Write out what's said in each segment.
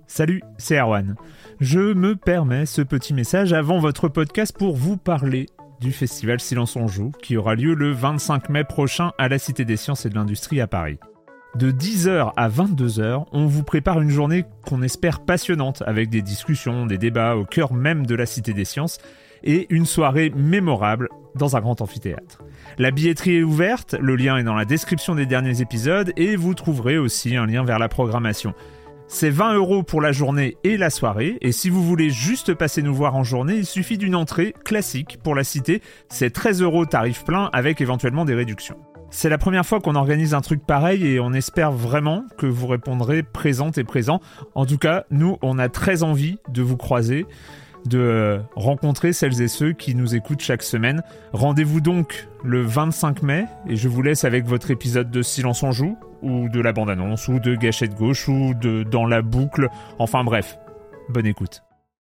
Salut, c'est Erwan. Je me permets ce petit message avant votre podcast pour vous parler du festival Silence on Joue qui aura lieu le 25 mai prochain à la Cité des Sciences et de l'Industrie à Paris. De 10h à 22h, on vous prépare une journée qu'on espère passionnante avec des discussions, des débats au cœur même de la Cité des Sciences et une soirée mémorable dans un grand amphithéâtre. La billetterie est ouverte, le lien est dans la description des derniers épisodes et vous trouverez aussi un lien vers la programmation. C'est 20€ pour la journée et la soirée, et si vous voulez juste passer nous voir en journée, il suffit d'une entrée classique pour la cité, c'est 13€ tarif plein avec éventuellement des réductions. C'est la première fois qu'on organise un truc pareil et on espère vraiment que vous répondrez présentes et présents. En tout cas, nous, on a très envie de vous croiser, de rencontrer celles et ceux qui nous écoutent chaque semaine. Rendez-vous donc le 25 mai et je vous laisse avec votre épisode de Silence on Joue, ou de la bande-annonce, ou de Gâchette Gauche, ou de Dans la boucle, enfin bref, bonne écoute.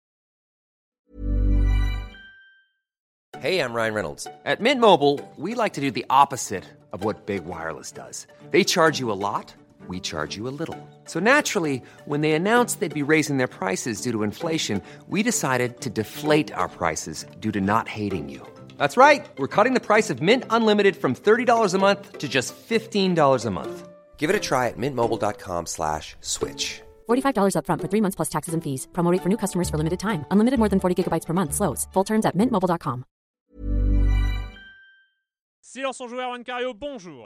Hey, I'm Ryan Reynolds. At Mint Mobile, we like to do the opposite of what Big Wireless does. They charge you a lot, we charge you a little. So naturally, when they announced they'd be raising their prices due to inflation, we decided to deflate our prices due to not hating you. That's right. We're cutting the price of Mint Unlimited from $30 a month to just $15 a month. Give it a try at mintmobile.com/switch. $45 up front for 3 months plus taxes and fees. Promo rate for new customers for limited time. Unlimited more than 40 gigabytes per month. Slows full terms at mintmobile.com. Silence on Joue, Erwan Cario, bonjour.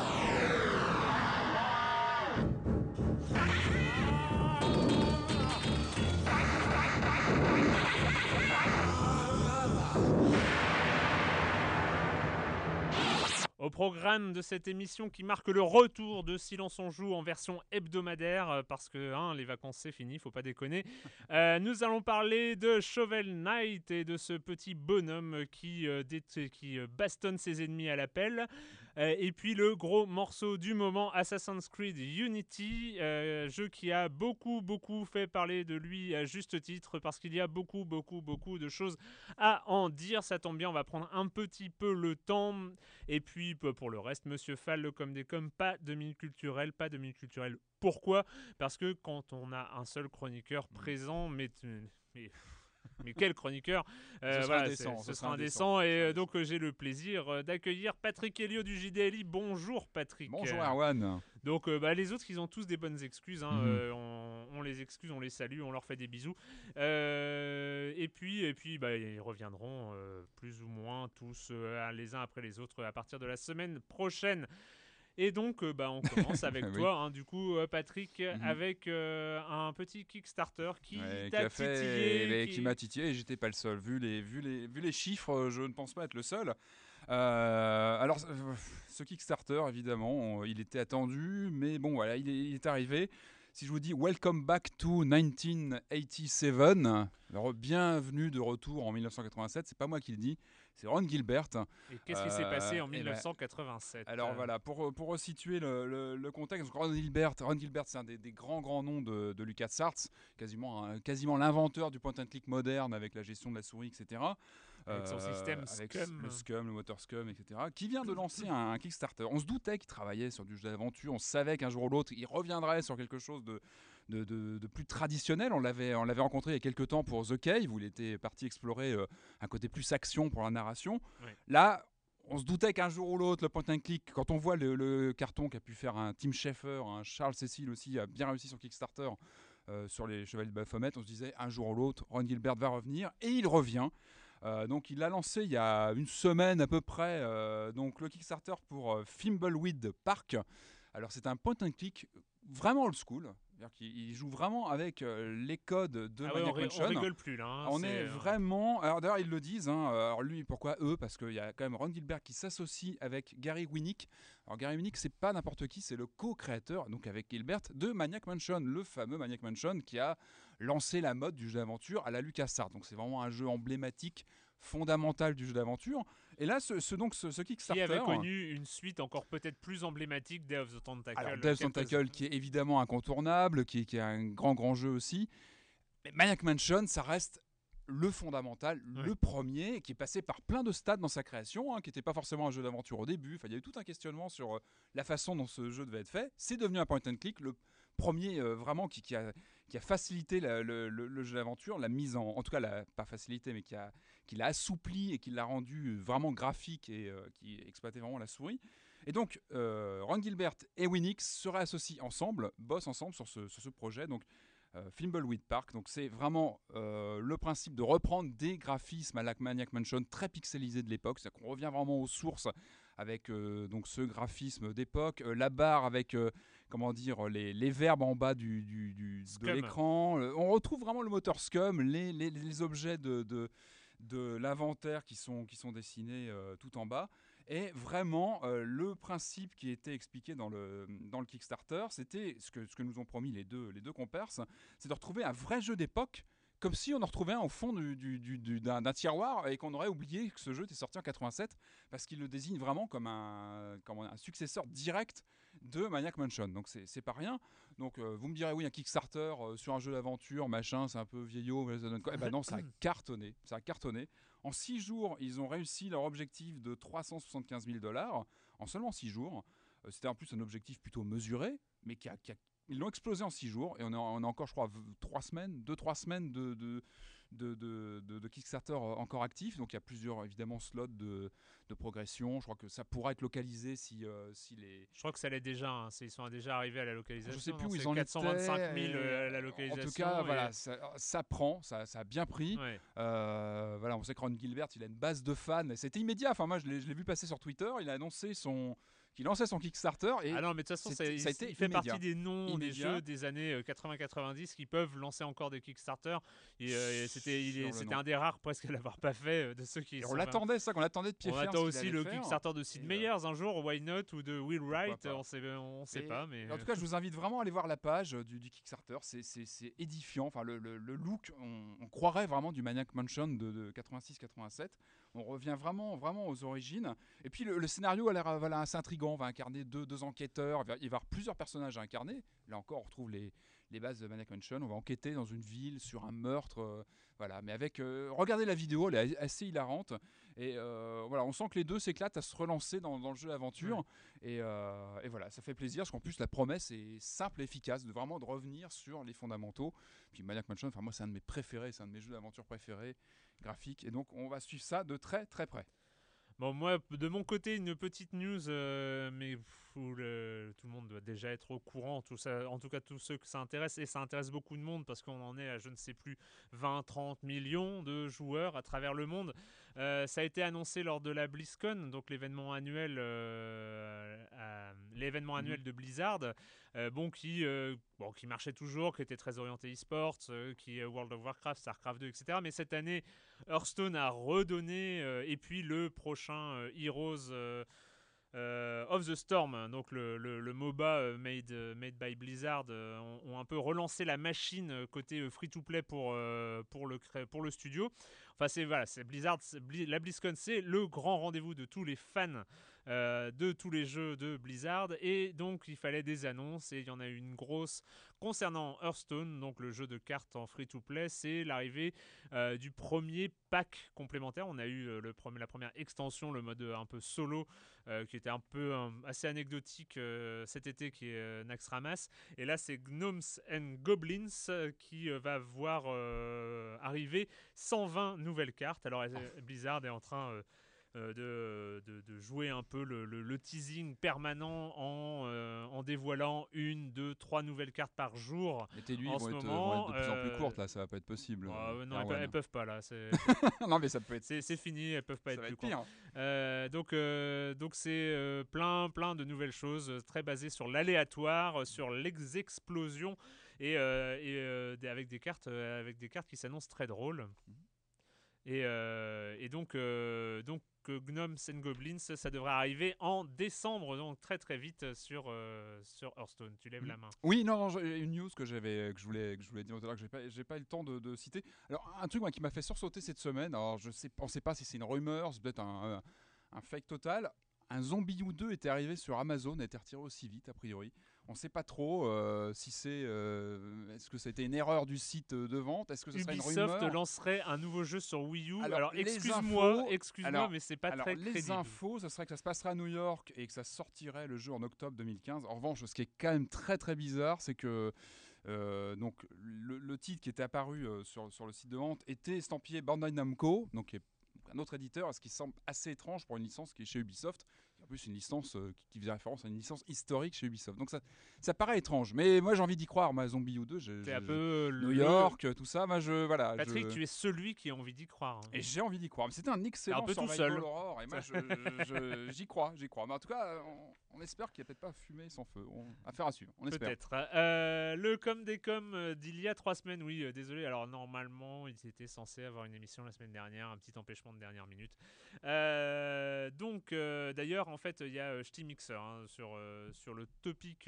Au programme de cette émission qui marque le retour de Silence on Joue en version hebdomadaire, parce que les vacances c'est fini, faut pas déconner. Nous allons parler de Shovel Knight et de ce petit bonhomme qui bastonne ses ennemis à la pelle. Et puis le gros morceau du moment, Assassin's Creed Unity, jeu qui a beaucoup fait parler de lui à juste titre, parce qu'il y a beaucoup de choses à en dire. Ça tombe bien, on va prendre un petit peu le temps. Et puis pour le reste, Monsieur Fall, le com des coms, pas de minute culturelle. Pourquoi ? Parce que quand on a un seul chroniqueur présent, mais quel chroniqueur, ce sera indécent. Et donc j'ai le plaisir d'accueillir Patrick Helio du JDLI. Bonjour Patrick. Bonjour Erwan. Donc les autres, ils ont tous des bonnes excuses. On les excuse, on les salue, on leur fait des bisous. Et puis ils reviendront plus ou moins tous les uns après les autres à partir de la semaine prochaine. Et donc, on commence avec oui. toi, du coup, Patrick, avec un petit Kickstarter qui t'a titillé. Qui m'a titillé, et j'étais pas le seul. Vu les chiffres, je ne pense pas être le seul. Alors, ce Kickstarter, évidemment, il était attendu, mais bon, voilà, il est arrivé. Si je vous dis « Welcome back to 1987 », alors bienvenue de retour en 1987, c'est pas moi qui le dis, c'est Ron Gilbert. Et qu'est-ce qui s'est passé en 1987 ? Alors voilà, pour resituer le contexte, Ron Gilbert, c'est un des grands noms de LucasArts, quasiment l'inventeur du point-and-click moderne avec la gestion de la souris, etc. Avec son système avec Scum. le Scum, le moteur Scum, etc. Qui vient de lancer un Kickstarter. On se doutait qu'il travaillait sur du jeu d'aventure, on savait qu'un jour ou l'autre, il reviendrait sur quelque chose de plus traditionnel. On l'avait rencontré il y a quelques temps pour The Cave, où il était parti explorer un côté plus action pour la narration. Oui. Là, on se doutait qu'un jour ou l'autre, le point and click, quand on voit le carton qu'a pu faire un Tim Schafer, un Charles Cecil aussi, a bien réussi sur Kickstarter sur les Chevaliers de Baphomet, on se disait un jour ou l'autre, Ron Gilbert va revenir, et il revient. Donc il l'a lancé il y a une semaine à peu près, donc le Kickstarter pour Thimbleweed Park. Alors c'est un point and click vraiment old school. C'est-à-dire qu'il joue vraiment avec les codes de Maniac Mansion. On rigole plus là. On est vraiment. Alors d'ailleurs ils le disent. Alors lui, pourquoi eux ? Parce qu'il y a quand même Ron Gilbert qui s'associe avec Gary Winnick. Alors Gary Winnick, c'est pas n'importe qui, c'est le co-créateur, donc avec Gilbert, de Maniac Mansion, le fameux Maniac Mansion qui a lancé la mode du jeu d'aventure à la LucasArts. Donc c'est vraiment un jeu emblématique, fondamental du jeu d'aventure. Et là, ce Kickstarter... Qui avait connu une suite encore peut-être plus emblématique, Day of the Tentacle. Alors, Day of the Tentacle, qui est évidemment incontournable, qui est un grand jeu aussi. Mais Maniac Mansion, ça reste le fondamental, le premier, qui est passé par plein de stades dans sa création, qui n'était pas forcément un jeu d'aventure au début. Enfin, il y a eu tout un questionnement sur la façon dont ce jeu devait être fait. C'est devenu un point and click, le premier vraiment qui a qui a facilité le jeu d'aventure, la mise en tout cas, pas facilité, mais qui l'a assoupli et qui l'a rendu vraiment graphique et qui exploitait vraiment la souris. Et donc, Ron Gilbert et Winix seraient associés ensemble, bossent ensemble sur ce projet. Donc, Thimbleweed Park, donc c'est vraiment le principe de reprendre des graphismes à la Maniac Mansion très pixelisés de l'époque, c'est-à-dire qu'on revient vraiment aux sources avec donc ce graphisme d'époque, la barre avec les verbes en bas de l'écran, on retrouve vraiment le moteur Scum, les objets de l'inventaire qui sont dessinés tout en bas. Et vraiment, le principe qui était expliqué dans le Kickstarter, c'était ce que nous ont promis les deux compères, c'est de retrouver un vrai jeu d'époque, comme si on en retrouvait un au fond d'un tiroir et qu'on aurait oublié que ce jeu était sorti en 87, parce qu'il le désigne vraiment comme un successeur direct de Maniac Mansion. Donc c'est pas rien. Donc vous me direz, oui, un Kickstarter sur un jeu d'aventure, machin, c'est un peu vieillot, ça donne quoi ? Eh ben non, ça a cartonné. En 6 jours, ils ont réussi leur objectif de $375 000 en seulement 6 jours. C'était en plus un objectif plutôt mesuré, mais ils l'ont explosé en 6 jours. Et on a encore, je crois, 2-3 semaines de Kickstarter encore actifs. Donc il y a plusieurs, évidemment, slots de progression. Je crois que ça pourra être localisé si les... Je crois que ça l'est déjà. Hein. Ils sont déjà arrivés à la localisation. Je ne sais plus où ils en 425 000 à la localisation. En tout cas, voilà, ça prend, ça a bien pris. Ouais. Voilà, on sait que Ron Gilbert, il a une base de fans. C'était immédiat. Enfin, moi, je l'ai vu passer sur Twitter. Il a annoncé qu'il lançait son Kickstarter. Et non, mais de toute façon, il fait partie des noms des jeux des années 80-90 qui peuvent lancer encore des Kickstarter. C'était un des rares presque à l'avoir pas fait de ceux qui. On l'attendait, ça, qu'on l'attendait de pied ferme. On attend aussi le Kickstarter de Sid Meier's un jour, Why Not, ou de Will Wright. On sait pas, mais. En tout cas, je vous invite vraiment à aller voir la page du Kickstarter. C'est édifiant. Enfin, le look, on croirait vraiment du Maniac Mansion de 86-87. On revient vraiment aux origines. Et puis le scénario a l'air assez intriguant. On va incarner deux enquêteurs. Il va y avoir plusieurs personnages à incarner. Là encore, on retrouve les bases de Maniac Mansion. On va enquêter dans une ville sur un meurtre. Voilà. Mais avec... regardez la vidéo, elle est assez hilarante. Et voilà, on sent que les deux s'éclatent à se relancer dans le jeu d'aventure. Ouais. Et voilà, ça fait plaisir. Parce qu'en plus, la promesse est simple et efficace. De revenir sur les fondamentaux. Puis Maniac Mansion, moi, c'est un de mes préférés. C'est un de mes jeux d'aventure préférés graphiques. Et donc, on va suivre ça de très, très près. Bon, moi, de mon côté, une petite news, mais tout le monde doit déjà être au courant, tout ça, en tout cas tous ceux que ça intéresse, et ça intéresse beaucoup de monde parce qu'on en est à, je ne sais plus, 20-30 millions de joueurs à travers le monde. Ça a été annoncé lors de la BlizzCon, donc l'événement annuel de Blizzard, qui marchait toujours, qui était très orienté e-sports, qui World of Warcraft, StarCraft 2, etc. Mais cette année, Hearthstone a redonné, et puis le prochain Heroes of the Storm, donc le MOBA made by Blizzard, ont un peu relancé la machine côté free-to-play pour le studio. Enfin, c'est Blizzard, la BlizzCon, c'est le grand rendez-vous de tous les fans de tous les jeux de Blizzard, et donc il fallait des annonces, et il y en a eu une grosse concernant Hearthstone, donc le jeu de cartes en free-to-play. C'est l'arrivée du premier pack complémentaire. On a eu la première extension, le mode un peu solo, qui était un peu assez anecdotique cet été, qui est Naxxramas, et là c'est Gnomes and Goblins qui va voir arriver 120 nouvelles cartes. Alors Blizzard est en train de jouer un peu le teasing permanent en dévoilant 1, 2, 3 nouvelles cartes par jour. Les TLU vont être de plus en plus courtes, là, ça va pas être possible. Non, elles peuvent pas, là. Non, mais ça peut être... C'est fini, elles peuvent pas être plus pire. Courtes. Donc c'est plein de nouvelles choses, très basées sur l'aléatoire, sur l'explosion, et avec des cartes qui s'annoncent très drôles. Et donc Gnomes and Goblins, ça devrait arriver en décembre, donc très très vite sur Hearthstone. Tu lèves la main. Oui, non, une news que je voulais dire tout à l'heure, que j'ai pas eu le temps de citer. Alors un truc qui m'a fait sursauter cette semaine. Alors on sait pas si c'est une rumeur, c'est peut-être un fake total. Un ZombiU 2 était arrivé sur Amazon, a été retiré aussi vite, a priori. On ne sait pas trop si c'est... est-ce que ça a été une erreur du site de vente ? Est-ce que ça serait une rumeur ? Ubisoft lancerait un nouveau jeu sur Wii U. Alors excuse-moi, mais c'est pas très crédible. Les infos, ce serait que ça se passerait à New York et que ça sortirait le jeu en octobre 2015. En revanche, ce qui est quand même très très bizarre, c'est que Donc le titre qui était apparu sur le site de vente était estampillé Bandai Namco, donc qui est un autre éditeur, ce qui semble assez étrange pour une licence qui est chez Ubisoft, en plus une licence qui faisait référence à une licence historique chez Ubisoft. Donc ça paraît étrange, mais moi j'ai envie d'y croire. Moi, Zombie U2, C'est un peu New York, tout ça. Moi, Patrick, tu es celui qui a envie d'y croire. Et j'ai envie d'y croire. Mais c'était un excellent un peu tout survival seul. horror, et moi j'y crois. Mais en tout cas, on espère qu'il n'y a peut-être pas fumée sans feu. Affaire à suivre, on espère. Peut-être. Le com des com d'il y a 3 semaines, oui, désolé. Alors normalement, ils étaient censés avoir une émission la semaine dernière, un petit empêchement de dernière minute. D'ailleurs, en fait, il y a Ch'ti Mixer sur le topic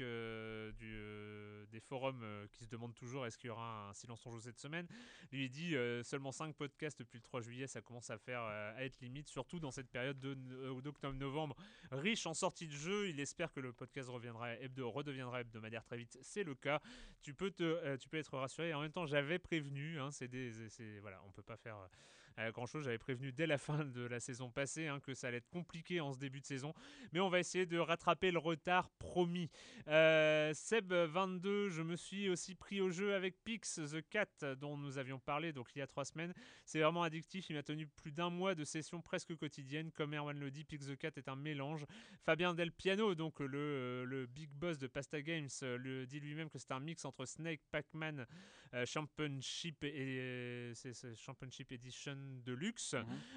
des forums qui se demandent toujours est-ce qu'il y aura un silence en joue cette semaine. Lui il dit seulement 5 podcasts depuis le 3 juillet, ça commence à être limite, surtout dans cette période d'octobre-novembre riche en sorties de jeux. Il espère que le podcast redeviendra hebdomadaire très vite. C'est le cas. Tu peux être rassuré. Et en même temps, j'avais prévenu. Voilà, on peut pas faire grand-chose. J'avais prévenu dès la fin de la saison passée que ça allait être compliqué en ce début de saison. Mais on va essayer de rattraper le retard promis. Seb22, je me suis aussi pris au jeu avec Pix the Cat dont nous avions parlé donc il y a 3 semaines. C'est vraiment addictif. Il m'a tenu plus d'un mois de sessions presque quotidiennes. Comme Erwan le dit, Pix the Cat est un mélange. Fabien Del Piano, donc le big boss de Pasta Games, le dit lui-même que c'est un mix entre Snake, Pac-Man, Championship et c'est Championship Edition de luxe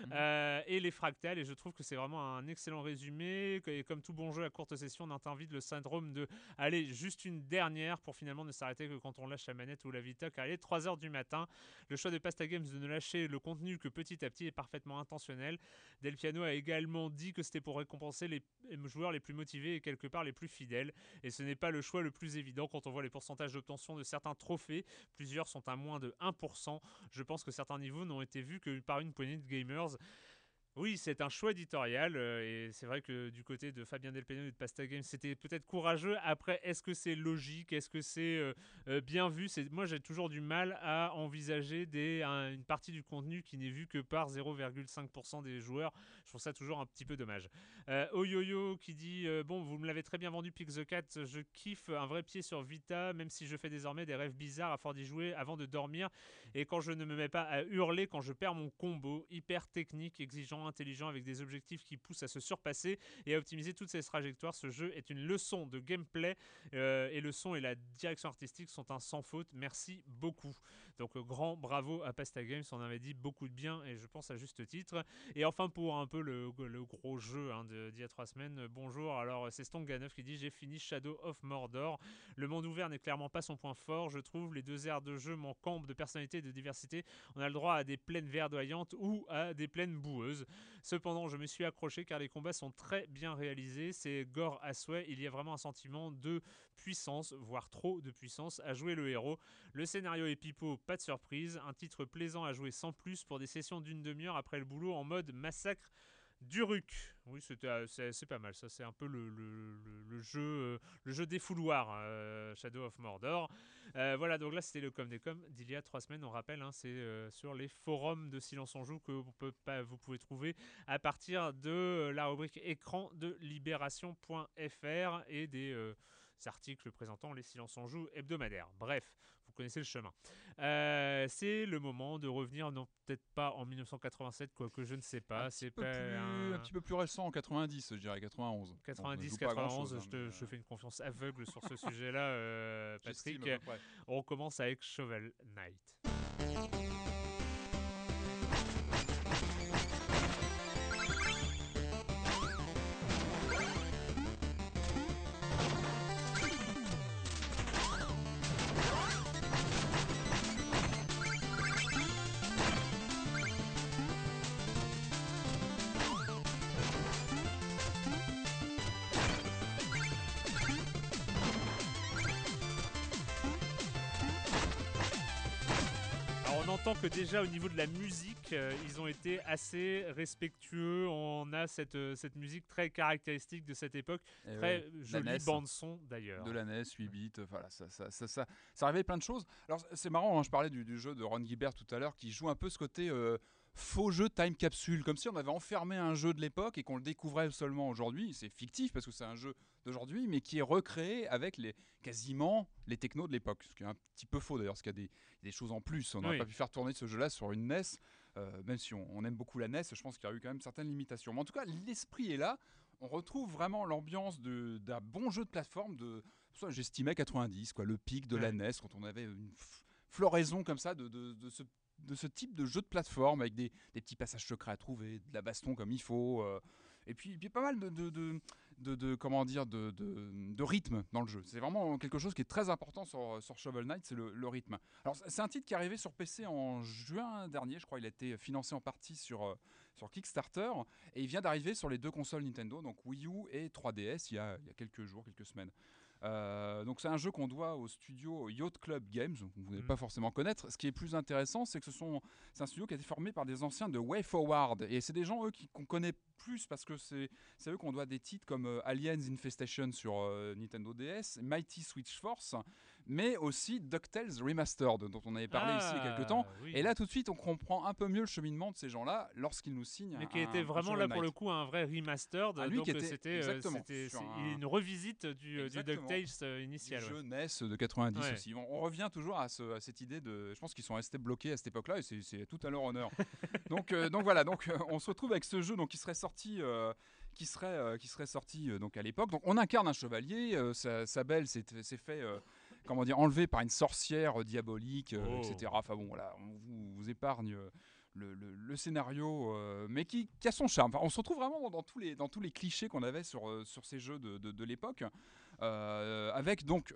et les fractales, et je trouve que c'est vraiment un excellent résumé. Et comme tout bon jeu à courte session, on a envie de le syndrome de aller juste une dernière pour finalement ne s'arrêter que quand on lâche la manette ou la Vita, car il est 3h du matin. Le choix de Pasta Games de ne lâcher le contenu que petit à petit est parfaitement intentionnel. Del Piano a également dit que c'était pour récompenser les joueurs les plus motivés et quelque part les plus fidèles, et ce n'est pas le choix le plus évident quand on voit les pourcentages d'obtention de certains trophées. Plusieurs sont à moins de 1%. Je pense que certains niveaux n'ont été vus que par une poignée de gamers. Oui, c'est un choix éditorial et c'est vrai que du côté de Fabien Del Piano et de Pasta Games, c'était peut-être courageux. Après, est-ce que c'est logique? Est-ce que c'est bien vu? Moi, j'ai toujours du mal à envisager une partie du contenu qui n'est vue que par 0,5% des joueurs. Je trouve ça toujours un petit peu dommage. Oyoyo qui dit bon, vous me l'avez très bien vendu, Pick the Cat. Je kiffe un vrai pied sur Vita, même si je fais désormais des rêves bizarres à force d'y jouer avant de dormir. Et quand je ne me mets pas à hurler quand je perds mon combo, hyper technique, exigeant, intelligent, avec des objectifs qui poussent à se surpasser et à optimiser toutes ces trajectoires. Ce jeu est une leçon de gameplay et le son et la direction artistique sont un sans faute. Merci beaucoup. Donc grand bravo à Pasta Games, on avait dit beaucoup de bien et je pense à juste titre. Et enfin pour un peu le gros jeu d'il y a 3 semaines, bonjour, alors c'est Stonganov qui dit j'ai fini Shadow of Mordor. Le monde ouvert n'est clairement pas son point fort, je trouve. Les 2 aires de jeu manquent de personnalité et de diversité. On a le droit à des plaines verdoyantes ou à des plaines boueuses. Cependant, je me suis accroché car les combats sont très bien réalisés. C'est gore à souhait. Il y a vraiment un sentiment de puissance, voire trop de puissance, à jouer le héros. Le scénario est pipeau, pas de surprise. Un titre plaisant à jouer sans plus pour des sessions d'une demi-heure après le boulot en mode massacre d'Uruk. Oui, c'est pas mal. Ça, c'est un peu le jeu des fouloirs, Shadow of Mordor. Voilà, donc là, c'était le com des com d'il y a 3 semaines. On rappelle, c'est sur les forums de Silence on Joue que vous pouvez trouver à partir de la rubrique écran de libération.fr et des articles présentant les Silence en Joue hebdomadaires. Bref, vous connaissez le chemin. C'est le moment de revenir, non peut-être pas en 1987, quoique je ne sais pas. Un petit peu plus récent, en 90, je dirais 91. 90, 91, je fais une confiance aveugle sur ce sujet-là, Patrick. On commence avec Shovel Knight. On entend que déjà au niveau de la musique, ils ont été assez respectueux. On a cette musique très caractéristique de cette époque, très jolie bande-son d'ailleurs. De la NES, 8 bits, voilà, ça révèle plein de choses. Alors c'est marrant, je parlais du jeu de Ron Gilbert tout à l'heure, qui joue un peu ce côté faux jeu time capsule, comme si on avait enfermé un jeu de l'époque et qu'on le découvrait seulement aujourd'hui. C'est fictif parce que c'est un jeu d'aujourd'hui, mais qui est recréé avec quasiment les technos de l'époque. Ce qui est un petit peu faux d'ailleurs, parce qu'il y a des choses en plus. On n'aurait pas pu faire tourner ce jeu-là sur une NES, même si on aime beaucoup la NES, je pense qu'il y a eu quand même certaines limitations. Mais en tout cas, l'esprit est là. On retrouve vraiment l'ambiance d'un bon jeu de plateforme j'estimais 90, le pic de la NES, quand on avait une floraison comme ça de ce type de jeu de plateforme avec des petits passages secrets à trouver, de la baston comme il faut, et puis pas mal de rythme dans le jeu. C'est vraiment quelque chose qui est très important sur Shovel Knight, c'est le rythme. Alors c'est un titre qui est arrivé sur PC en juin dernier, je crois. Il a été financé en partie sur Kickstarter, et il vient d'arriver sur les 2 consoles Nintendo, donc Wii U et 3DS, il y a quelques jours, quelques semaines. Donc c'est un jeu qu'on doit au studio Yacht Club Games, vous n'allez pas forcément connaître. Ce qui est plus intéressant, c'est que c'est un studio qui a été formé par des anciens de WayForward, et c'est des gens qu'on connaît plus parce que c'est eux qu'on doit des titres comme Aliens Infestation sur Nintendo DS, Mighty Switch Force, mais aussi DuckTales Remastered dont on avait parlé ici il y a quelques temps. Oui. Et là tout de suite on comprend un peu mieux le cheminement de ces gens-là lorsqu'ils nous signent mais qui était vraiment là pour le coup un vrai remastered, donc c'était une revisite du DuckTales initial. Du jeu NES de 90 aussi. On revient toujours à cette idée de... Je pense qu'ils sont restés bloqués à cette époque-là, et c'est tout à leur honneur. donc voilà, on se retrouve avec ce jeu qui serait sorti... qui serait sorti donc à l'époque. Donc on incarne un chevalier, sa belle s'est fait enlever par une sorcière diabolique, etc. Enfin bon, voilà, on vous épargne le scénario, mais qui a son charme. Enfin, on se retrouve vraiment dans tous les clichés qu'on avait sur ces jeux de l'époque, avec donc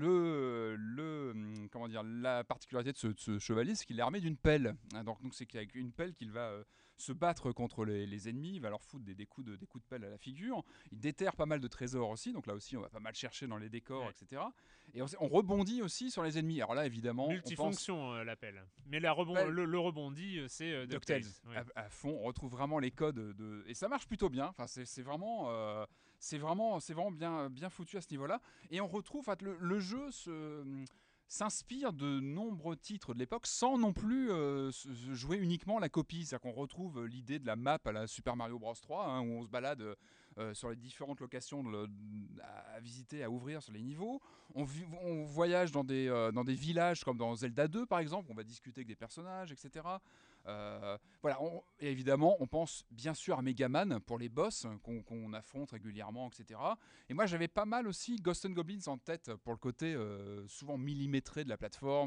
la particularité de ce chevalier, c'est qu'il est armé d'une pelle. Donc c'est qu'avec une pelle qu'il va se battre contre les ennemis, il va leur foutre des coups de pelle à la figure. Il déterre pas mal de trésors aussi, donc là aussi on va pas mal chercher dans les décors, etc. Et on rebondit aussi sur les ennemis. Alors là évidemment, multifonction la pelle, mais le rebondi c'est DuckTales. À fond, on retrouve vraiment les codes et ça marche plutôt bien. Enfin c'est vraiment bien foutu à ce niveau-là. Et on retrouve le jeu s'inspire de nombreux titres de l'époque sans non plus jouer uniquement la copie. C'est-à-dire qu'on retrouve l'idée de la map à la Super Mario Bros 3, où on se balade sur les différentes locations à visiter, à ouvrir sur les niveaux. On voyage dans des villages comme dans Zelda 2 par exemple, on va discuter avec des personnages, etc. Voilà, et évidemment on pense bien sûr à Mega Man pour les boss qu'on affronte régulièrement, etc. Et moi j'avais pas mal aussi Ghosts 'n Goblins en tête pour le côté souvent millimétré de la plateforme,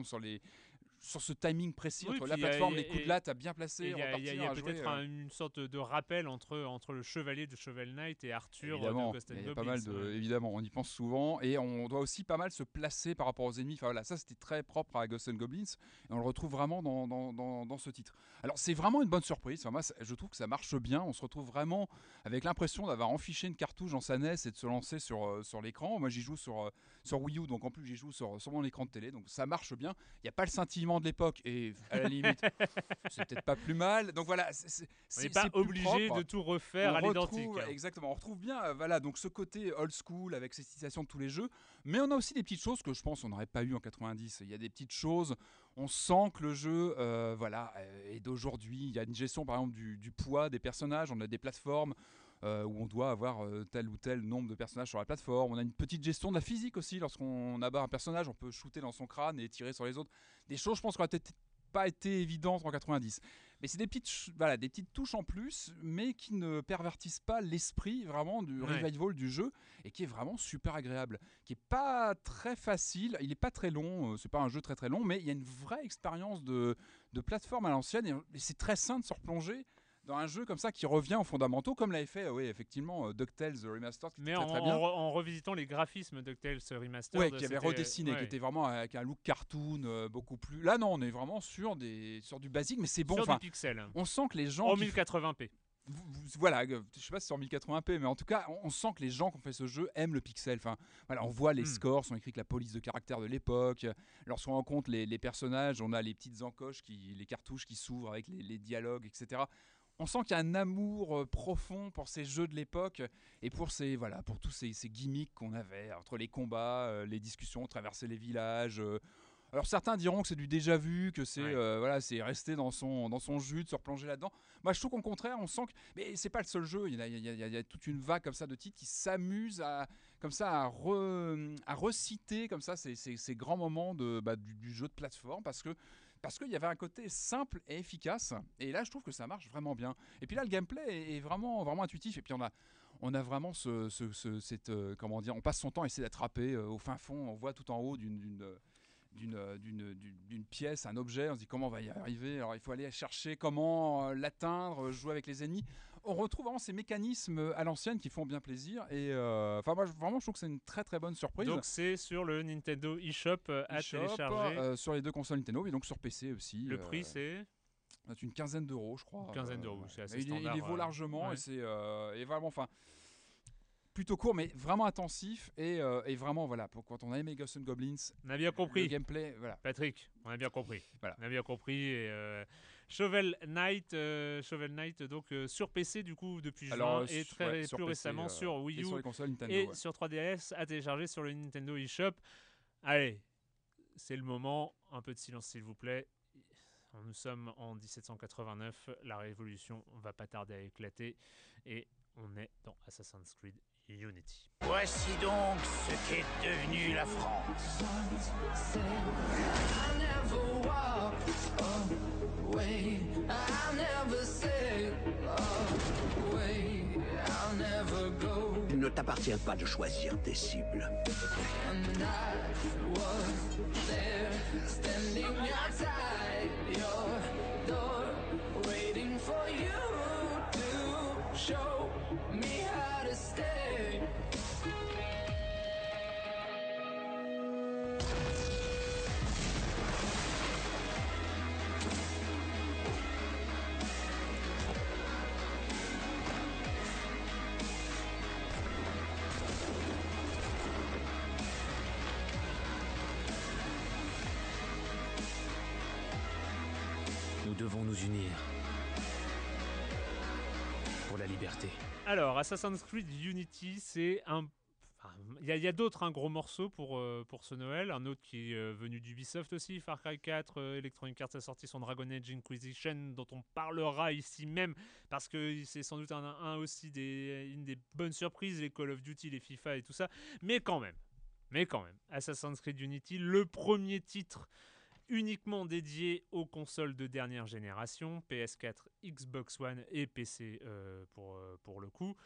sur ce timing précis entre la plateforme, les coups de latte à bien placer. Il y a peut-être une sorte de rappel entre le chevalier de Shovel Knight et Arthur de Ghosts 'n Goblins. Évidemment, on y pense souvent, et on doit aussi pas mal se placer par rapport aux ennemis. Enfin voilà, ça c'était très propre à Ghosts 'n Goblins, et on le retrouve vraiment dans ce titre. Alors c'est vraiment une bonne surprise. Enfin, moi je trouve que ça marche bien. On se retrouve vraiment avec l'impression d'avoir enfiché une cartouche dans sa NES et de se lancer sur l'écran. Moi j'y joue sur Wii U, donc en plus j'y joue sur mon écran de télé, donc ça marche bien. Il n'y a pas le scintillement de l'époque, et à la limite c'est peut-être pas plus mal. Donc voilà, on n'est pas obligé de tout refaire à l'identique. Exactement, on retrouve bien donc ce côté old school avec ces citations de tous les jeux, mais on a aussi des petites choses que je pense on n'aurait pas eu en 90. Il y a des petites choses, on sent que le jeu est d'aujourd'hui. Il y a une gestion par exemple du poids des personnages, on a des plateformes où on doit avoir tel ou tel nombre de personnages sur la plateforme. On a une petite gestion de la physique aussi. Lorsqu'on abat un personnage, on peut shooter dans son crâne et tirer sur les autres. Des choses, je pense, qui n'auraient peut-être pas été évidentes en 90. Mais c'est des petites touches en plus, mais qui ne pervertissent pas l'esprit vraiment du revival du jeu, et qui est vraiment super agréable. Qui est pas très facile, il est pas très long, c'est pas un jeu très très long, mais il y a une vraie expérience de plateforme à l'ancienne, et c'est très sain de se replonger dans un jeu comme ça qui revient aux fondamentaux, comme l'avait fait effectivement DuckTales Remastered, qui était très bien. En revisitant les graphismes DuckTales Remastered, qui avait redessiné, qui était vraiment avec un look cartoon beaucoup plus. Là non, on est vraiment sur du basique, mais c'est bon. Sur du pixel. On sent que les gens en 1080p. Voilà, je sais pas si c'est en 1080p, mais en tout cas, on sent que les gens qui ont fait ce jeu aiment le pixel. Enfin, voilà, on voit les scores sont écrits avec la police de caractère de l'époque. Lorsqu'on rencontre les personnages, on a les petites encoches, les cartouches qui s'ouvrent avec les dialogues, etc. On sent qu'il y a un amour profond pour ces jeux de l'époque et pour tous ces gimmicks qu'on avait entre les combats, les discussions, traverser les villages. Alors certains diront que c'est du déjà vu, que c'est Ouais. voilà, c'est resté dans son jus, de se replonger là-dedans. Moi, je trouve qu'au contraire, on sent que, mais c'est pas le seul jeu. Il y a toute une vague comme ça de titres qui s'amusent comme ça à reciter comme ça ces grands moments du jeu de plateforme parce qu'il y avait un côté simple et efficace. Et là, je trouve que ça marche vraiment bien. Et puis là, le gameplay est vraiment, vraiment intuitif. Et puis on a vraiment cette comment dire, on passe son temps à essayer d'attraper au fin fond. On voit tout en haut d'une pièce, un objet, on se dit comment on va y arriver, alors il faut aller chercher comment l'atteindre, jouer avec les ennemis. On retrouve vraiment ces mécanismes à l'ancienne qui font bien plaisir et moi vraiment je trouve que c'est une très très bonne surprise. Donc c'est sur le Nintendo eShop à télécharger. Sur les deux consoles Nintendo et donc sur PC aussi. Le prix c'est une quinzaine d'euros je crois. Une quinzaine d'euros, c'est assez il standard. Il vaut largement ouais. et c'est et vraiment plutôt court mais vraiment intensif et vraiment voilà quand on a aimé Ghosts and Goblins, On a bien compris. le gameplay voilà. Patrick, on a bien compris. Voilà. On a bien compris. Et, Shovel Knight, donc sur PC du coup depuis juin et plus sur PC, récemment sur Wii et U sur les consoles Nintendo, et ouais. sur 3DS à télécharger sur le Nintendo eShop. Allez, c'est le moment. Un peu de silence s'il vous plaît. Nous sommes en 1789. La révolution va pas tarder à éclater et on est dans Assassin's Creed Unity. Voici donc ce qu'est devenu la France. Il ne t'appartient pas de choisir tes cibles. Nous devons nous unir pour la liberté. Alors, Assassin's Creed Unity, c'est un... Il y a d'autres gros morceaux pour ce Noël. Un autre qui est venu d'Ubisoft aussi, Far Cry 4. Electronic Arts a sorti son Dragon Age Inquisition, dont on parlera ici même, parce que c'est sans doute aussi une des bonnes surprises, les Call of Duty, les FIFA et tout ça. Mais quand même, Assassin's Creed Unity, le premier titre uniquement dédié aux consoles de dernière génération, PS4, Xbox One et PC pour le coup.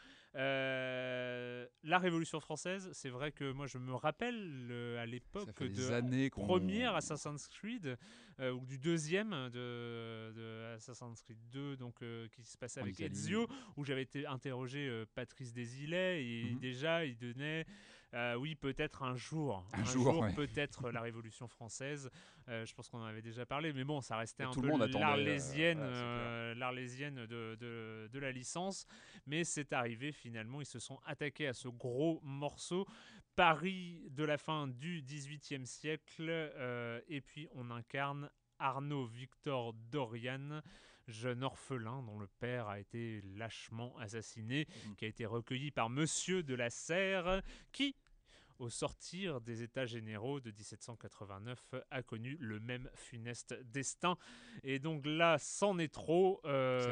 La Révolution française, c'est vrai que moi je me rappelle à l'époque de la première Assassin's Creed ou du deuxième de Assassin's Creed 2 donc, qui se passait avec Ezio, où j'avais été interrogé Patrice Desilets et déjà il donnait oui peut-être un jour ouais. peut-être la Révolution française. Je pense qu'on en avait déjà parlé, mais bon, ça restait un tout peu le monde l'arlésienne de la licence. Mais c'est arrivé finalement, ils se sont attaqués à ce gros morceau. Paris de la fin du XVIIIe siècle, et puis on incarne Arnaud Victor Dorian, jeune orphelin dont le père a été lâchement assassiné, qui a été recueilli par Monsieur de la Serre, qui, au sortir des États généraux de 1789, a connu le même funeste destin. Et donc là, c'en est trop.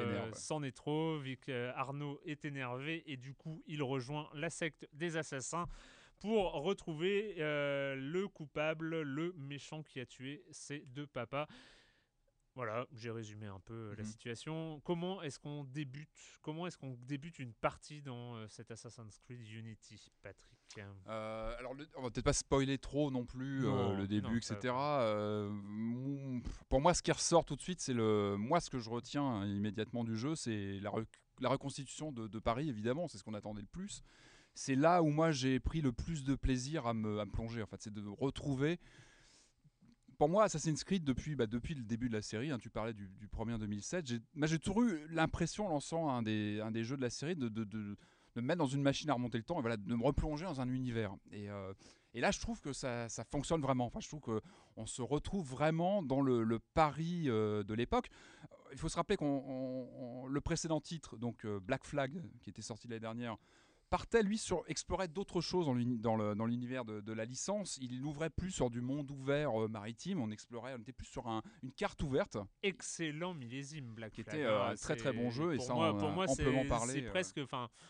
Arnaud est énervé et du coup, il rejoint la secte des assassins pour retrouver le coupable, le méchant qui a tué ses deux papas. Voilà, j'ai résumé un peu la situation. Comment est-ce qu'on débute une partie dans cet Assassin's Creed Unity, Patrick ? Alors, on va peut-être pas spoiler trop non plus le début, etc. Pour moi, ce qui ressort tout de suite, c'est ce que je retiens immédiatement du jeu, c'est la reconstitution de Paris, évidemment, c'est ce qu'on attendait le plus. C'est là où moi j'ai pris le plus de plaisir à me plonger. En fait, c'est de retrouver. Pour moi, Assassin's Creed, depuis le début de la série, tu parlais du premier en 2007, j'ai toujours eu l'impression, en lançant un des jeux de la série, de me mettre dans une machine à remonter le temps et voilà, de me replonger dans un univers. Et là, je trouve que ça fonctionne vraiment. Enfin, je trouve qu'on se retrouve vraiment dans le Paris de l'époque. Il faut se rappeler le précédent titre, donc Black Flag, qui était sorti l'année dernière, partait lui explorait d'autres choses dans l'univers de la licence. Il ouvrait plus sur du monde ouvert maritime. On était plus sur une carte ouverte. Excellent millésime Black Qui Flag. était un très très bon jeu et ça pour moi, amplement parlé. C'est presque,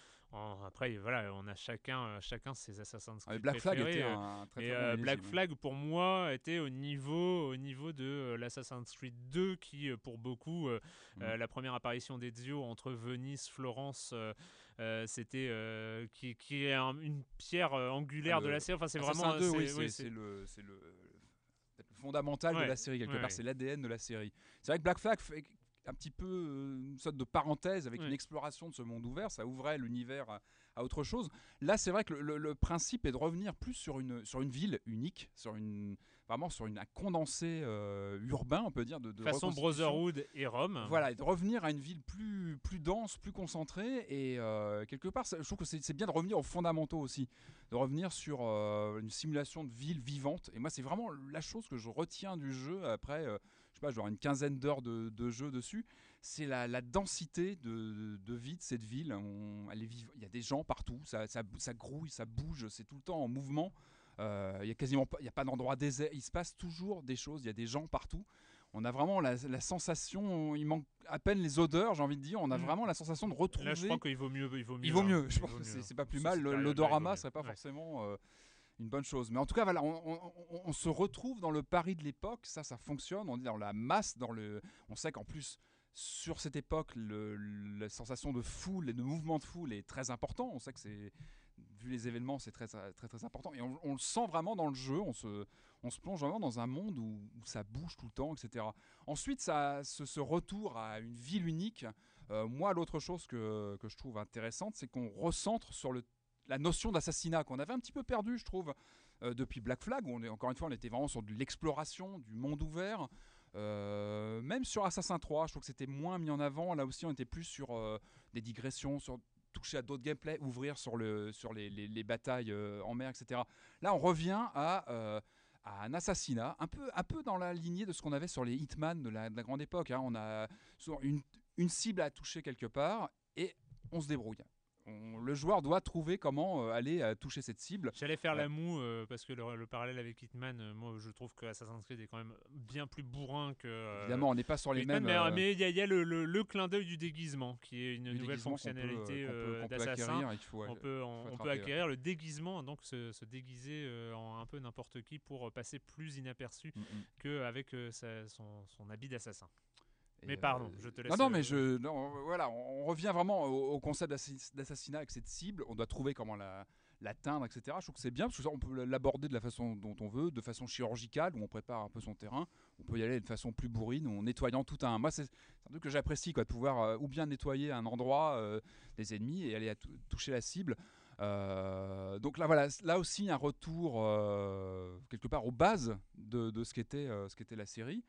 après voilà, on a chacun ses Assassin's Creed Black Flag préférés. Était un très très bon millésime. Black Flag pour moi était au niveau de l'Assassin's Creed 2 qui pour beaucoup la première apparition d'Ezio entre Venise, Florence, c'était qui est une pierre angulaire de la série. Enfin c'est vraiment 2, c'est le fondamental de la série quelque part. C'est l'ADN de la série. C'est vrai que Black Flag fait un petit peu une sorte de parenthèse avec une exploration de ce monde ouvert, ça ouvrait l'univers à autre chose. Là, c'est vrai que le principe est de revenir plus sur une ville unique, vraiment sur un condensé urbain, on peut dire, de façon Brotherhood et Rome. Voilà, et de revenir à une ville plus dense, plus concentrée, et quelque part, je trouve que c'est bien de revenir aux fondamentaux aussi, de revenir sur une simulation de ville vivante. Et moi, c'est vraiment la chose que je retiens du jeu après. Je sais pas, genre une quinzaine d'heures de jeu dessus, c'est la densité de vie de cette ville. Il y a des gens partout, ça grouille, ça bouge, c'est tout le temps en mouvement. Il y a pas d'endroit désert, il se passe toujours des choses, il y a des gens partout. On a vraiment la sensation, il manque à peine les odeurs, j'ai envie de dire, on a vraiment la sensation de retrouver. Là, je crois qu'il vaut mieux. Je pense que c'est pas plus mal. L'odorama serait pas forcément une bonne chose. Mais en tout cas, voilà, on se retrouve dans le Paris de l'époque. Ça fonctionne. On est dans la masse, on sait qu'en plus, sur cette époque, la sensation de foule et de mouvement de foule est très important. On sait que vu les événements, c'est très, très, très important. Et on le sent vraiment dans le jeu. On se plonge vraiment dans un monde où ça bouge tout le temps, etc. Ensuite, ce retour à une ville unique, moi, l'autre chose que je trouve intéressante, c'est qu'on recentre sur la notion d'assassinat qu'on avait un petit peu perdu, je trouve, depuis Black Flag, où encore une fois, on était vraiment sur de l'exploration, du monde ouvert. Même sur Assassin 3, je trouve que c'était moins mis en avant. Là aussi, on était plus sur des digressions, sur toucher à d'autres gameplays, ouvrir sur les batailles en mer, etc. Là, on revient à un assassinat, un peu dans la lignée de ce qu'on avait sur les Hitman de la grande époque. On a une cible à toucher quelque part et on se débrouille. Le joueur doit trouver comment aller toucher cette cible. J'allais faire la moue parce que le parallèle avec Hitman, moi je trouve que Assassin's Creed est quand même bien plus bourrin que. Évidemment, on n'est pas sur les Hitman, mêmes. Mais il y a le clin d'œil du déguisement qui est une nouvelle fonctionnalité d'Assassin. On peut acquérir le déguisement, donc se déguiser en un peu n'importe qui pour passer plus inaperçu qu'avec son habit d'assassin. Mais pardon, je te laisse. Voilà, on revient vraiment au concept d'assassinat avec cette cible. On doit trouver comment l'atteindre, etc. Je trouve que c'est bien parce que ça, on peut l'aborder de la façon dont on veut, de façon chirurgicale, où on prépare un peu son terrain. On peut y aller de façon plus bourrine, en nettoyant tout un. Moi, c'est un truc que j'apprécie, de pouvoir ou bien nettoyer un endroit des ennemis et aller toucher la cible. Donc là, voilà, là aussi un retour quelque part aux bases de ce qu'était la série.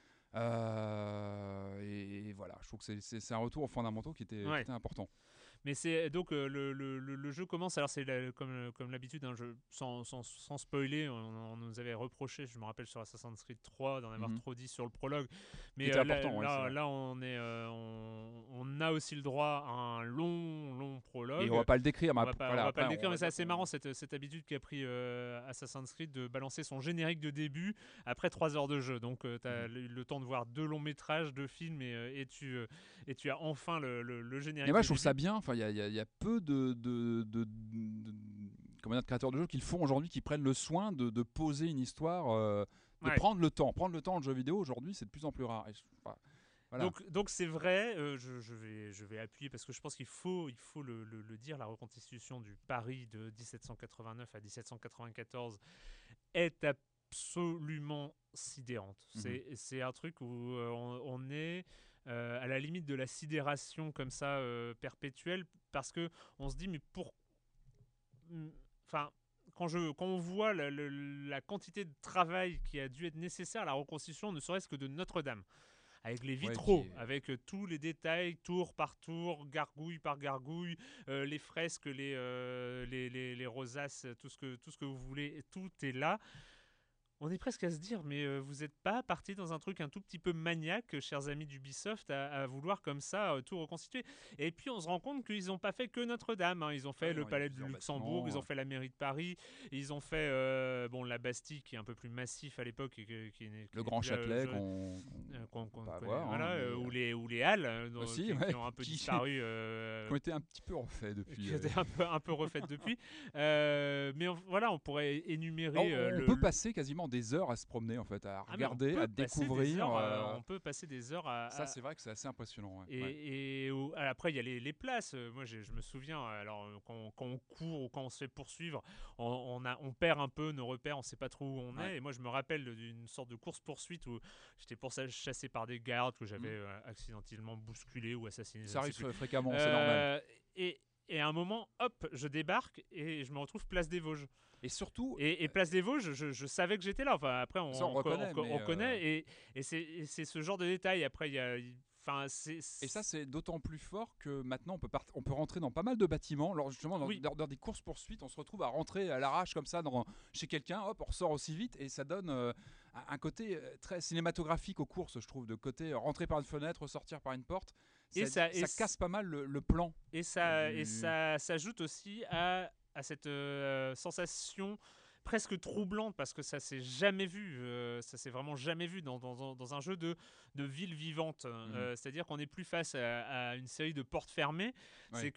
Et voilà, je trouve que c'est un retour aux fondamentaux qui était important. Mais c'est donc le jeu commence. Alors c'est comme l'habitude, sans spoiler, on nous avait reproché, je me rappelle sur Assassin's Creed 3 d'en avoir trop dit sur le prologue. Mais là on a aussi le droit à un long prologue. Et on va pas le décrire. On va pas le décrire, mais c'est assez marrant cette habitude qu'a pris Assassin's Creed de balancer son générique de début après 3 heures de jeu. Donc tu as le temps de voir 2 longs métrages, 2 films et tu as enfin le générique. Mais moi je trouve ça bien. Enfin, il y a peu de créateurs de jeux qui le font aujourd'hui, qui prennent le soin de poser une histoire, de prendre le temps. Prendre le temps en jeu vidéo aujourd'hui, c'est de plus en plus rare. Voilà. Donc c'est vrai, je vais appuyer parce que je pense qu'il faut le dire, la reconstitution du Paris de 1789 à 1794 est absolument sidérante. C'est un truc où on est à la limite de la sidération comme ça perpétuelle, parce que on se dit mais quand on voit la quantité de travail qui a dû être nécessaire à la reconstitution, ne serait-ce que de Notre-Dame, avec les vitraux, avec tous les détails, tour par tour, gargouille par gargouille, les fresques, les rosaces, tout ce que vous voulez, tout est là. on est presque à se dire, mais vous n'êtes pas partis dans un truc un tout petit peu maniaque, chers amis d'Ubisoft, à vouloir comme ça tout reconstituer. Et puis on se rend compte qu'ils n'ont pas fait que Notre-Dame. Hein. Ils ont fait le Palais de Luxembourg, ils ont fait la mairie de Paris, ils ont fait la Bastille qui est un peu plus massif à l'époque. Le Grand Châtelet qu'on va connaît, voir, voilà, mais... ou les Halles aussi, qui ont un peu disparu. Qui ont été un petit peu refaits depuis. Qui ont été un peu refaites depuis. Mais on pourrait énumérer... on peut passer quasiment des heures à se promener, en fait, à regarder, à découvrir. On peut passer des heures à... Ça, c'est vrai que c'est assez impressionnant. Ouais. Et après, il y a les places. Moi, je me souviens, alors, quand on court ou quand on se fait poursuivre, on perd un peu nos repères, on ne sait pas trop où on est. Et moi, je me rappelle d'une sorte de course-poursuite où j'étais chassé par des gardes que j'avais accidentellement bousculé ou assassiné. Ça arrive fréquemment, c'est normal. Et à un moment, hop, je débarque et je me retrouve place des Vosges. Et surtout... Et place des Vosges, je savais que j'étais là. Enfin, après, on connaît. Et c'est ce genre de détails. Après, il y a... Et ça, c'est d'autant plus fort que maintenant, on peut rentrer dans pas mal de bâtiments. Alors justement, dans des courses-poursuites, on se retrouve à rentrer à l'arrache comme ça chez quelqu'un. Hop, on ressort aussi vite. Et ça donne un côté très cinématographique aux courses, je trouve. De côté, rentrer par une fenêtre, ressortir par une porte. Ça casse pas mal le plan. Et ça s'ajoute aussi à cette sensation... presque troublante parce que ça s'est jamais vu, ça s'est vraiment jamais vu dans un jeu de ville vivante. C'est-à-dire qu'on n'est plus face à une série de portes fermées. Ouais. C'est que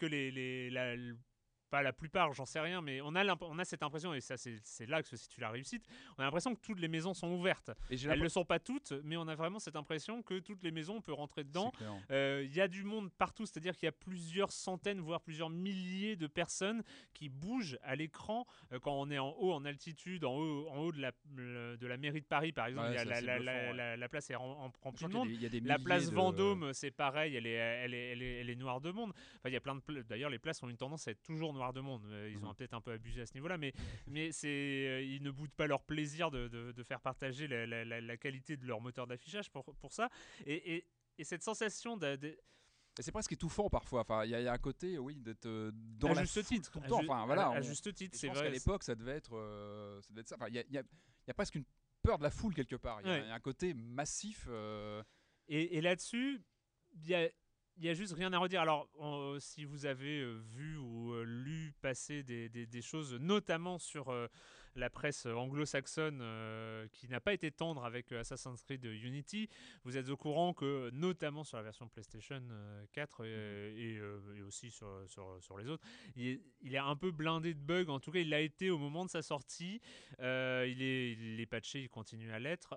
pas la plupart, j'en sais rien, mais on a cette impression, et ça c'est là que se situe la réussite, on a l'impression que toutes les maisons sont ouvertes. Elles ne le sont pas toutes, mais on a vraiment cette impression que toutes les maisons, on peut rentrer dedans. Il y a du monde partout, c'est-à-dire qu'il y a plusieurs centaines, voire plusieurs milliers de personnes qui bougent à l'écran quand on est en haut, en altitude, en haut de la mairie de Paris, par exemple. La place est remplie de monde. La place Vendôme, c'est pareil, elle est noire de monde. Enfin, il y a d'ailleurs, les places ont une tendance à être toujours noir de monde. Ils ont peut-être un peu abusé à ce niveau-là, mais ils ne boudent pas leur plaisir de faire partager la qualité de leur moteur d'affichage pour ça. Et cette sensation c'est presque étouffant parfois. Enfin, il y a un côté, d'être dans la juste titre tout le temps. À juste titre, c'est vrai. Qu'à l'époque, ça devait être ça. Enfin, il y a presque une peur de la foule quelque part. Il y a un côté massif. Et là-dessus, il n'y a juste rien à redire. Alors, si vous avez vu ou lu passer des choses, notamment sur la presse anglo-saxonne qui n'a pas été tendre avec Assassin's Creed Unity, vous êtes au courant que, notamment sur la version PlayStation 4 et aussi sur les autres, il est un peu blindé de bugs. En tout cas, il l'a été au moment de sa sortie. Il est patché, il continue à l'être.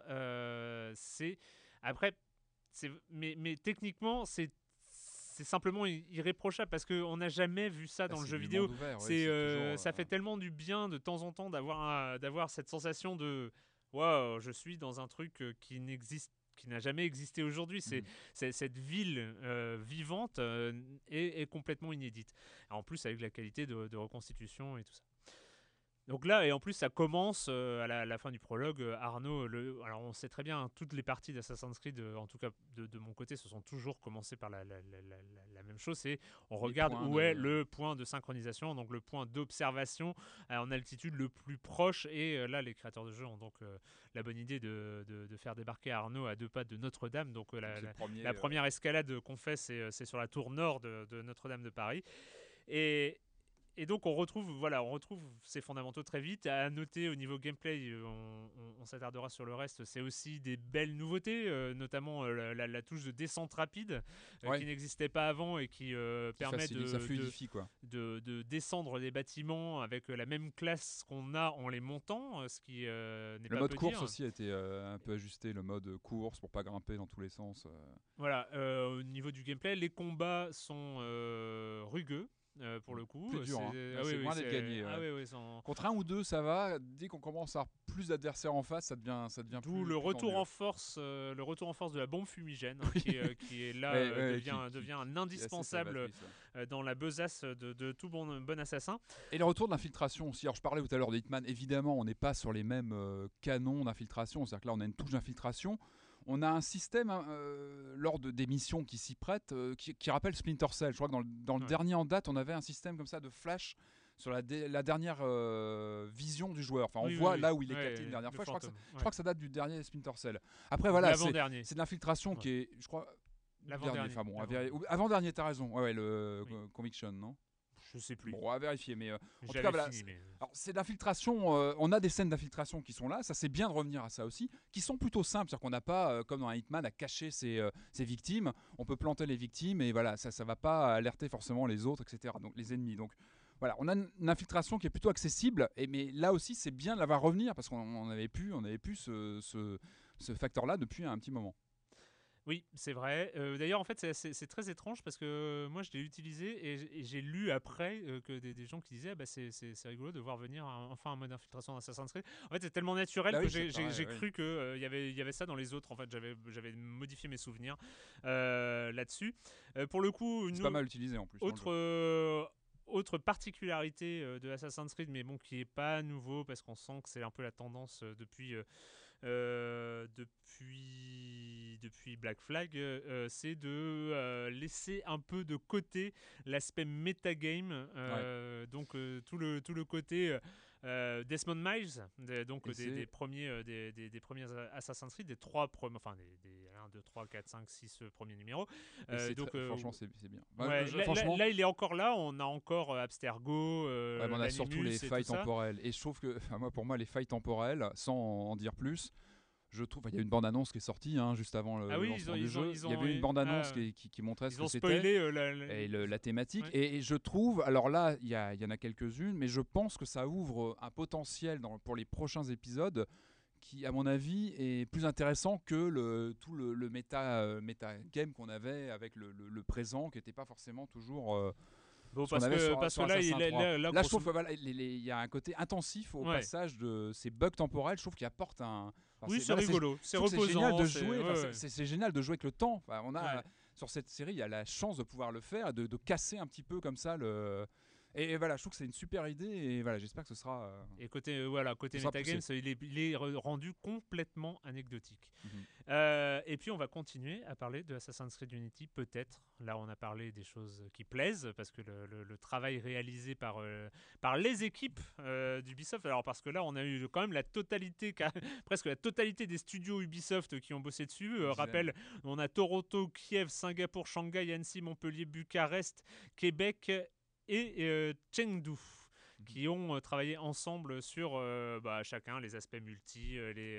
Mais techniquement, c'est simplement irréprochable parce qu'on n'a jamais vu ça dans le jeu vidéo. Ça fait tellement du bien de temps en temps d'avoir cette sensation de wow, je suis dans un truc qui n'a jamais existé aujourd'hui. Cette ville vivante est complètement inédite. En plus, avec la qualité de reconstitution et tout ça. Donc là, et en plus, ça commence à la fin du prologue. Arnaud, alors on sait très bien, toutes les parties d'Assassin's Creed, en tout cas de mon côté, se sont toujours commencées par la même chose. C'est on regarde où est le point de synchronisation, donc le point d'observation en altitude le plus proche. Et là, les créateurs de jeu ont donc la bonne idée de faire débarquer Arnaud à 2 pas de Notre-Dame. Donc la première escalade qu'on fait, c'est sur la tour nord de Notre-Dame de Paris. Et donc on retrouve ces fondamentaux très vite. À noter au niveau gameplay, on s'attardera sur le reste, c'est aussi des belles nouveautés, notamment la touche de descente rapide qui n'existait pas avant et qui permet de descendre des bâtiments avec la même classe qu'on a en les montant, ce qui n'est pas peu dire. Le mode course aussi a été un peu ajusté, le mode course pour pas grimper dans tous les sens. Voilà, au niveau du gameplay, les combats sont rugueux. Pour le coup, c'est dur. C'est loin d'être gagné. Contre 1 ou 2, ça va. Dès qu'on commence à avoir plus d'adversaires en face, ça devient tout le retour en force, de la bombe fumigène qui est là, devient un indispensable dans la besace de tout bon assassin. Et le retour de l'infiltration aussi. Alors je parlais tout à l'heure de Hitman. Évidemment, on n'est pas sur les mêmes canons d'infiltration. C'est-à-dire que là, on a une touche d'infiltration. On a un système lors des missions qui s'y prêtent qui rappelle Splinter Cell. Je crois que dans le dernier en date, on avait un système comme ça de flash sur la dernière vision du joueur. Enfin, on Oui, voit oui, là où il est ouais, capté la dernière le fois. fantôme, Je crois que ça date du dernier Splinter Cell. Après, Ou voilà, l'avant-dernier. c'est de l'infiltration qui est, je crois, L'avant-dernier. Enfin bon, L'avant-dernier. avant-dernier, t'as raison. Ouais, le Oui. Conviction, non? Je sais plus. Bon, à vérifier, mais en tout J'avais cas, voilà. fini, mais... Alors, c'est de l'infiltration. On a des scènes d'infiltration qui sont là. Ça, c'est bien de revenir à ça aussi, qui sont plutôt simples. C'est-à-dire qu'on n'a pas, comme dans un Hitman, à cacher ses victimes. On peut planter les victimes et voilà, ça va pas alerter forcément les autres, etc. Donc les ennemis. Donc voilà, on a une infiltration qui est plutôt accessible. Mais là aussi, c'est bien de la voir revenir parce qu'on avait pu ce facteur-là depuis un petit moment. Oui, c'est vrai. D'ailleurs, en fait, c'est très étrange parce que moi, je l'ai utilisé et j'ai lu après que des gens qui disaient c'est rigolo de voir venir enfin un mode d'infiltration dans Assassin's Creed. En fait, c'est tellement naturel que j'ai cru qu'il y avait ça dans les autres. En fait, j'avais modifié mes souvenirs là-dessus. Pour le coup, c'est pas mal utilisé en plus. Autre particularité de Assassin's Creed, mais bon, qui est pas nouveau parce qu'on sent que c'est un peu la tendance depuis Black Flag, c'est de laisser un peu de côté l'aspect metagame, donc tout le côté Desmond Miles, des premiers Assassin's Creed, des 3 premiers, enfin des 1, 2, 3, 4, 5, 6 premiers numéros. Franchement, c'est bien. Ouais, franchement, là, il est encore là, on a encore Abstergo, on a surtout les failles temporelles. Et je trouve que, pour moi, les failles temporelles, sans en dire plus, je trouve, il y a une bande-annonce qui est sortie juste avant le lancement du jeu. Il y avait une bande-annonce qui montrait ce que c'était et la thématique. Ouais. Et je trouve, alors là, il y en a quelques-unes, mais je pense que ça ouvre un potentiel pour les prochains épisodes qui, à mon avis, est plus intéressant que tout le méta-game qu'on avait avec le présent, qui n'était pas forcément toujours... Bon, parce que là, je trouve qu'il y a un côté intensif au passage de ces bugs temporels. Je trouve qu'il apporte un... c'est rigolo, c'est reposant. C'est génial de jouer. C'est génial de jouer avec le temps. Sur cette série, il y a la chance de pouvoir le faire, de casser un petit peu comme ça le... Et voilà, je trouve que c'est une super idée et voilà, j'espère que ce sera... Et côté metagames, il est rendu complètement anecdotique. Et puis on va continuer à parler de Assassin's Creed Unity, peut-être. Là, on a parlé des choses qui plaisent, parce que le travail réalisé par les équipes d'Ubisoft, alors parce que là, on a eu quand même presque la totalité des studios Ubisoft qui ont bossé dessus. Rappel, on a Toronto, Kiev, Singapour, Shanghai, Annecy, Montpellier, Bucarest, Québec et Chengdu, qui ont travaillé ensemble sur chacun les aspects multi,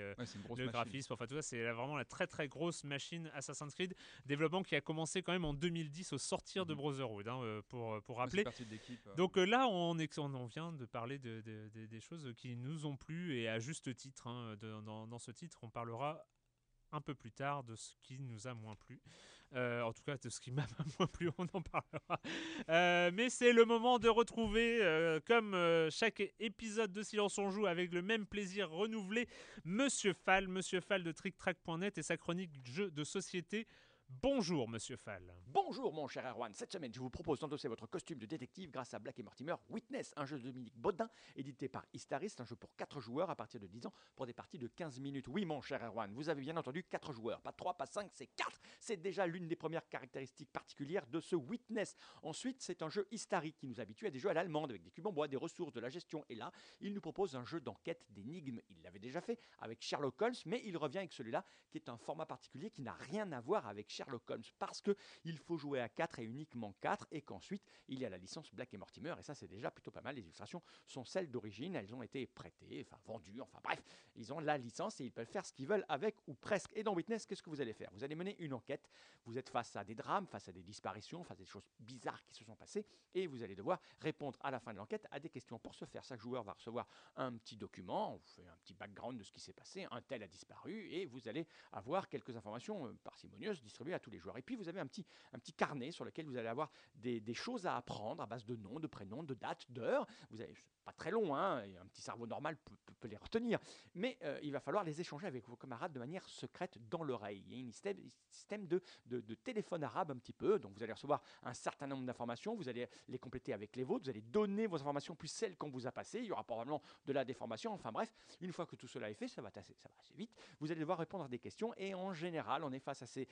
le graphisme, enfin tout ça, c'est vraiment la très très grosse machine Assassin's Creed, développement qui a commencé quand même en 2010 au sortir de Brotherhood, pour rappeler. Donc là, on vient de parler des choses qui nous ont plu, et à juste titre, dans ce titre, on parlera un peu plus tard de ce qui nous a moins plu. En tout cas, de ce qui m'a moins plu, on en parlera. Mais c'est le moment de retrouver, comme chaque épisode de Silence on Joue, avec le même plaisir renouvelé, Monsieur Fall de TrickTrack.net et sa chronique jeux de société. Bonjour, Monsieur Fall. Bonjour, mon cher Erwan. Cette semaine, je vous propose d'endosser votre costume de détective grâce à Black & Mortimer Witness, un jeu de Dominique Baudin, édité par Istaris, un jeu pour 4 joueurs à partir de 10 ans pour des parties de 15 minutes. Oui, mon cher Erwan, vous avez bien entendu 4 joueurs. Pas 3, pas 5, c'est 4. C'est déjà l'une des premières caractéristiques particulières de ce Witness. Ensuite, c'est un jeu Istari qui nous habitue à des jeux à l'allemande avec des cubes en bois, des ressources, de la gestion. Et là, il nous propose un jeu d'enquête d'énigmes. Il l'avait déjà fait avec Sherlock Holmes, mais il revient avec celui-là qui est un format particulier qui n'a rien à voir avec Sherlock Holmes, parce qu'il faut jouer à 4 et uniquement 4, et qu'ensuite il y a la licence Black & Mortimer, et ça c'est déjà plutôt pas mal. Les illustrations sont celles d'origine, elles ont été prêtées, vendues, bref, ils ont la licence et ils peuvent faire ce qu'ils veulent avec, ou presque. Et dans Witness, qu'est-ce que vous allez faire? Vous allez mener une enquête, vous êtes face à des drames, face à des disparitions, face à des choses bizarres qui se sont passées, et vous allez devoir répondre à la fin de l'enquête à des questions. Pour ce faire, chaque joueur va recevoir un petit document, on vous fait un petit background de ce qui s'est passé, un tel a disparu, et vous allez avoir quelques informations parcimonieuses distribuées à tous les joueurs. Et puis vous avez un petit carnet sur lequel vous allez avoir des choses à apprendre à base de noms, de prénoms, de dates, d'heures. Vous avez pas très long, et un petit cerveau normal peut les retenir, mais il va falloir les échanger avec vos camarades de manière secrète dans l'oreille. Il y a un système de téléphone arabe un petit peu, donc vous allez recevoir un certain nombre d'informations, vous allez les compléter avec les vôtres, vous allez donner vos informations plus celles qu'on vous a passées, il y aura probablement de la déformation, bref, une fois que tout cela est fait, ça va assez vite, vous allez devoir répondre à des questions, et en général, on est face à ces choses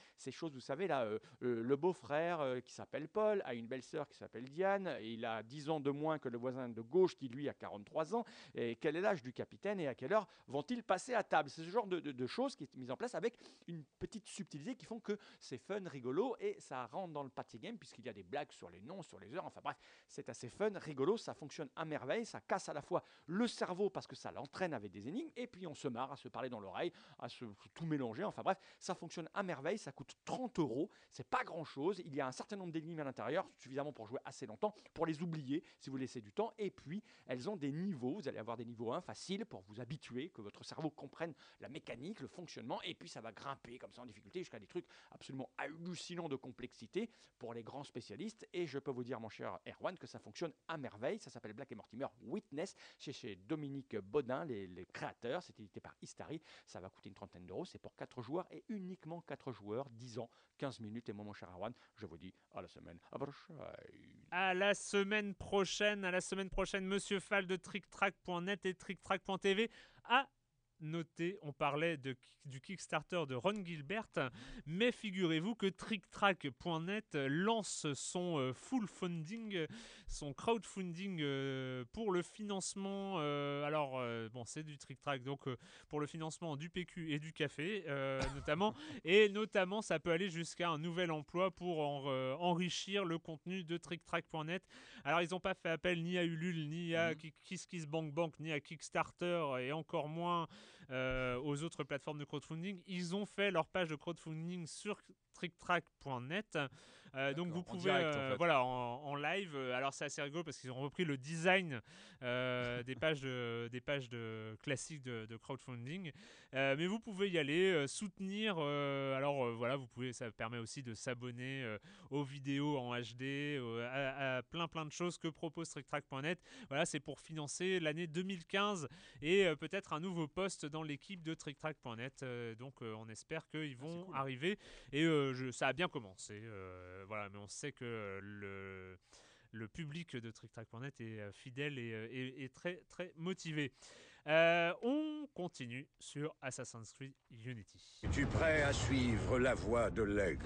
chose, vous savez, là, le beau-frère qui s'appelle Paul a une belle-sœur qui s'appelle Diane, et il a 10 ans de moins que le voisin de gauche qui, lui, a 43 ans. Et quel est l'âge du capitaine et à quelle heure vont-ils passer à table? C'est ce genre de choses qui est mise en place avec une petite subtilité qui font que c'est fun, rigolo, et ça rentre dans le party game puisqu'il y a des blagues sur les noms, sur les heures. Enfin bref, c'est assez fun, rigolo, ça fonctionne à merveille, ça casse à la fois le cerveau parce que ça l'entraîne avec des énigmes, et puis on se marre à se parler dans l'oreille, à se tout mélanger. Enfin bref, ça fonctionne à merveille, ça coûte 30 €, c'est pas grand chose. Il y a un certain nombre d'énigmes à l'intérieur, suffisamment pour jouer assez longtemps, pour les oublier si vous laissez du temps. Et puis elles ont des niveaux, vous allez avoir des niveaux 1 faciles pour vous habituer, que votre cerveau comprenne la mécanique, le fonctionnement, et puis ça va grimper comme ça en difficulté jusqu'à des trucs absolument hallucinants de complexité pour les grands spécialistes. Et je peux vous dire, mon cher Erwan, que ça fonctionne à merveille. Ça s'appelle Black & Mortimer Witness, chez Dominique Baudin, les créateurs. C'est édité par Istari. Ça va coûter une trentaine d'euros. C'est pour 4 joueurs et uniquement 4 joueurs, 10 ans, 15 minutes. Et moi, mon cher Erwan, je vous dis à la semaine prochaine. À la semaine prochaine, Monsieur Fall de TrickTrack.net et TrickTrack.tv. Noté, on parlait du Kickstarter de Ron Gilbert, mais figurez-vous que TrickTrack.net lance son full funding, son crowdfunding pour le financement. Bon, c'est du TrickTrack, donc pour le financement du PQ et du café, notamment. Et notamment, ça peut aller jusqu'à un nouvel emploi pour enrichir le contenu de TrickTrack.net. Alors, ils n'ont pas fait appel ni à Ulule, ni à KissKissBankBank, ni à Kickstarter, et encore moins aux autres plateformes de crowdfunding. Ils ont fait leur page de crowdfunding sur TrickTrack.net. Donc vous pouvez direct, en fait. voilà, en live. Alors c'est assez rigolo parce qu'ils ont repris le design des pages de classiques de crowdfunding. Mais vous pouvez y aller, soutenir. Voilà, vous pouvez. Ça permet aussi de s'abonner aux vidéos en HD, à plein de choses que propose TrickTrack.net. Voilà, c'est pour financer l'année 2015 et peut-être un nouveau poste dans l'équipe de TrickTrack.net. Donc on espère qu'ils vont cool. arriver. Et ça a bien commencé. Voilà, mais on sait que le public de TrickTrack.net est fidèle et très très motivé. On continue sur Assassin's Creed Unity. Es-tu prêt à suivre la voie de l'aigle?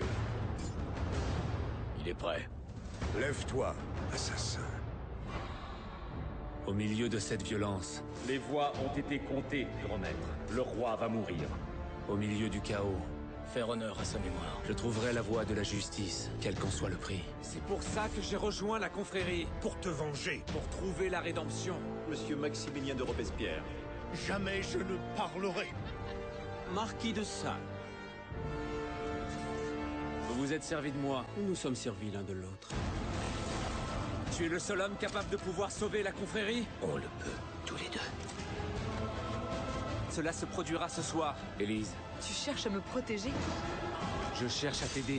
Il est prêt. Lève-toi, assassin. Au milieu de cette violence, Les voix ont été comptées, grand maître. Le roi va mourir. au milieu du chaos, Faire honneur à sa mémoire. je trouverai la voie de la justice, quel qu'en soit le prix. C'est pour ça que j'ai rejoint la confrérie, Pour te venger. pour trouver la rédemption. Monsieur Maximilien de Robespierre. Jamais je ne parlerai. Marquis de Sade. Vous vous êtes servi de moi, nous nous sommes servis l'un de l'autre. Tu es le seul homme capable de pouvoir sauver la confrérie? On le peut, tous les deux. Cela se produira ce soir. Élise, Tu cherches à me protéger? je cherche à t'aider.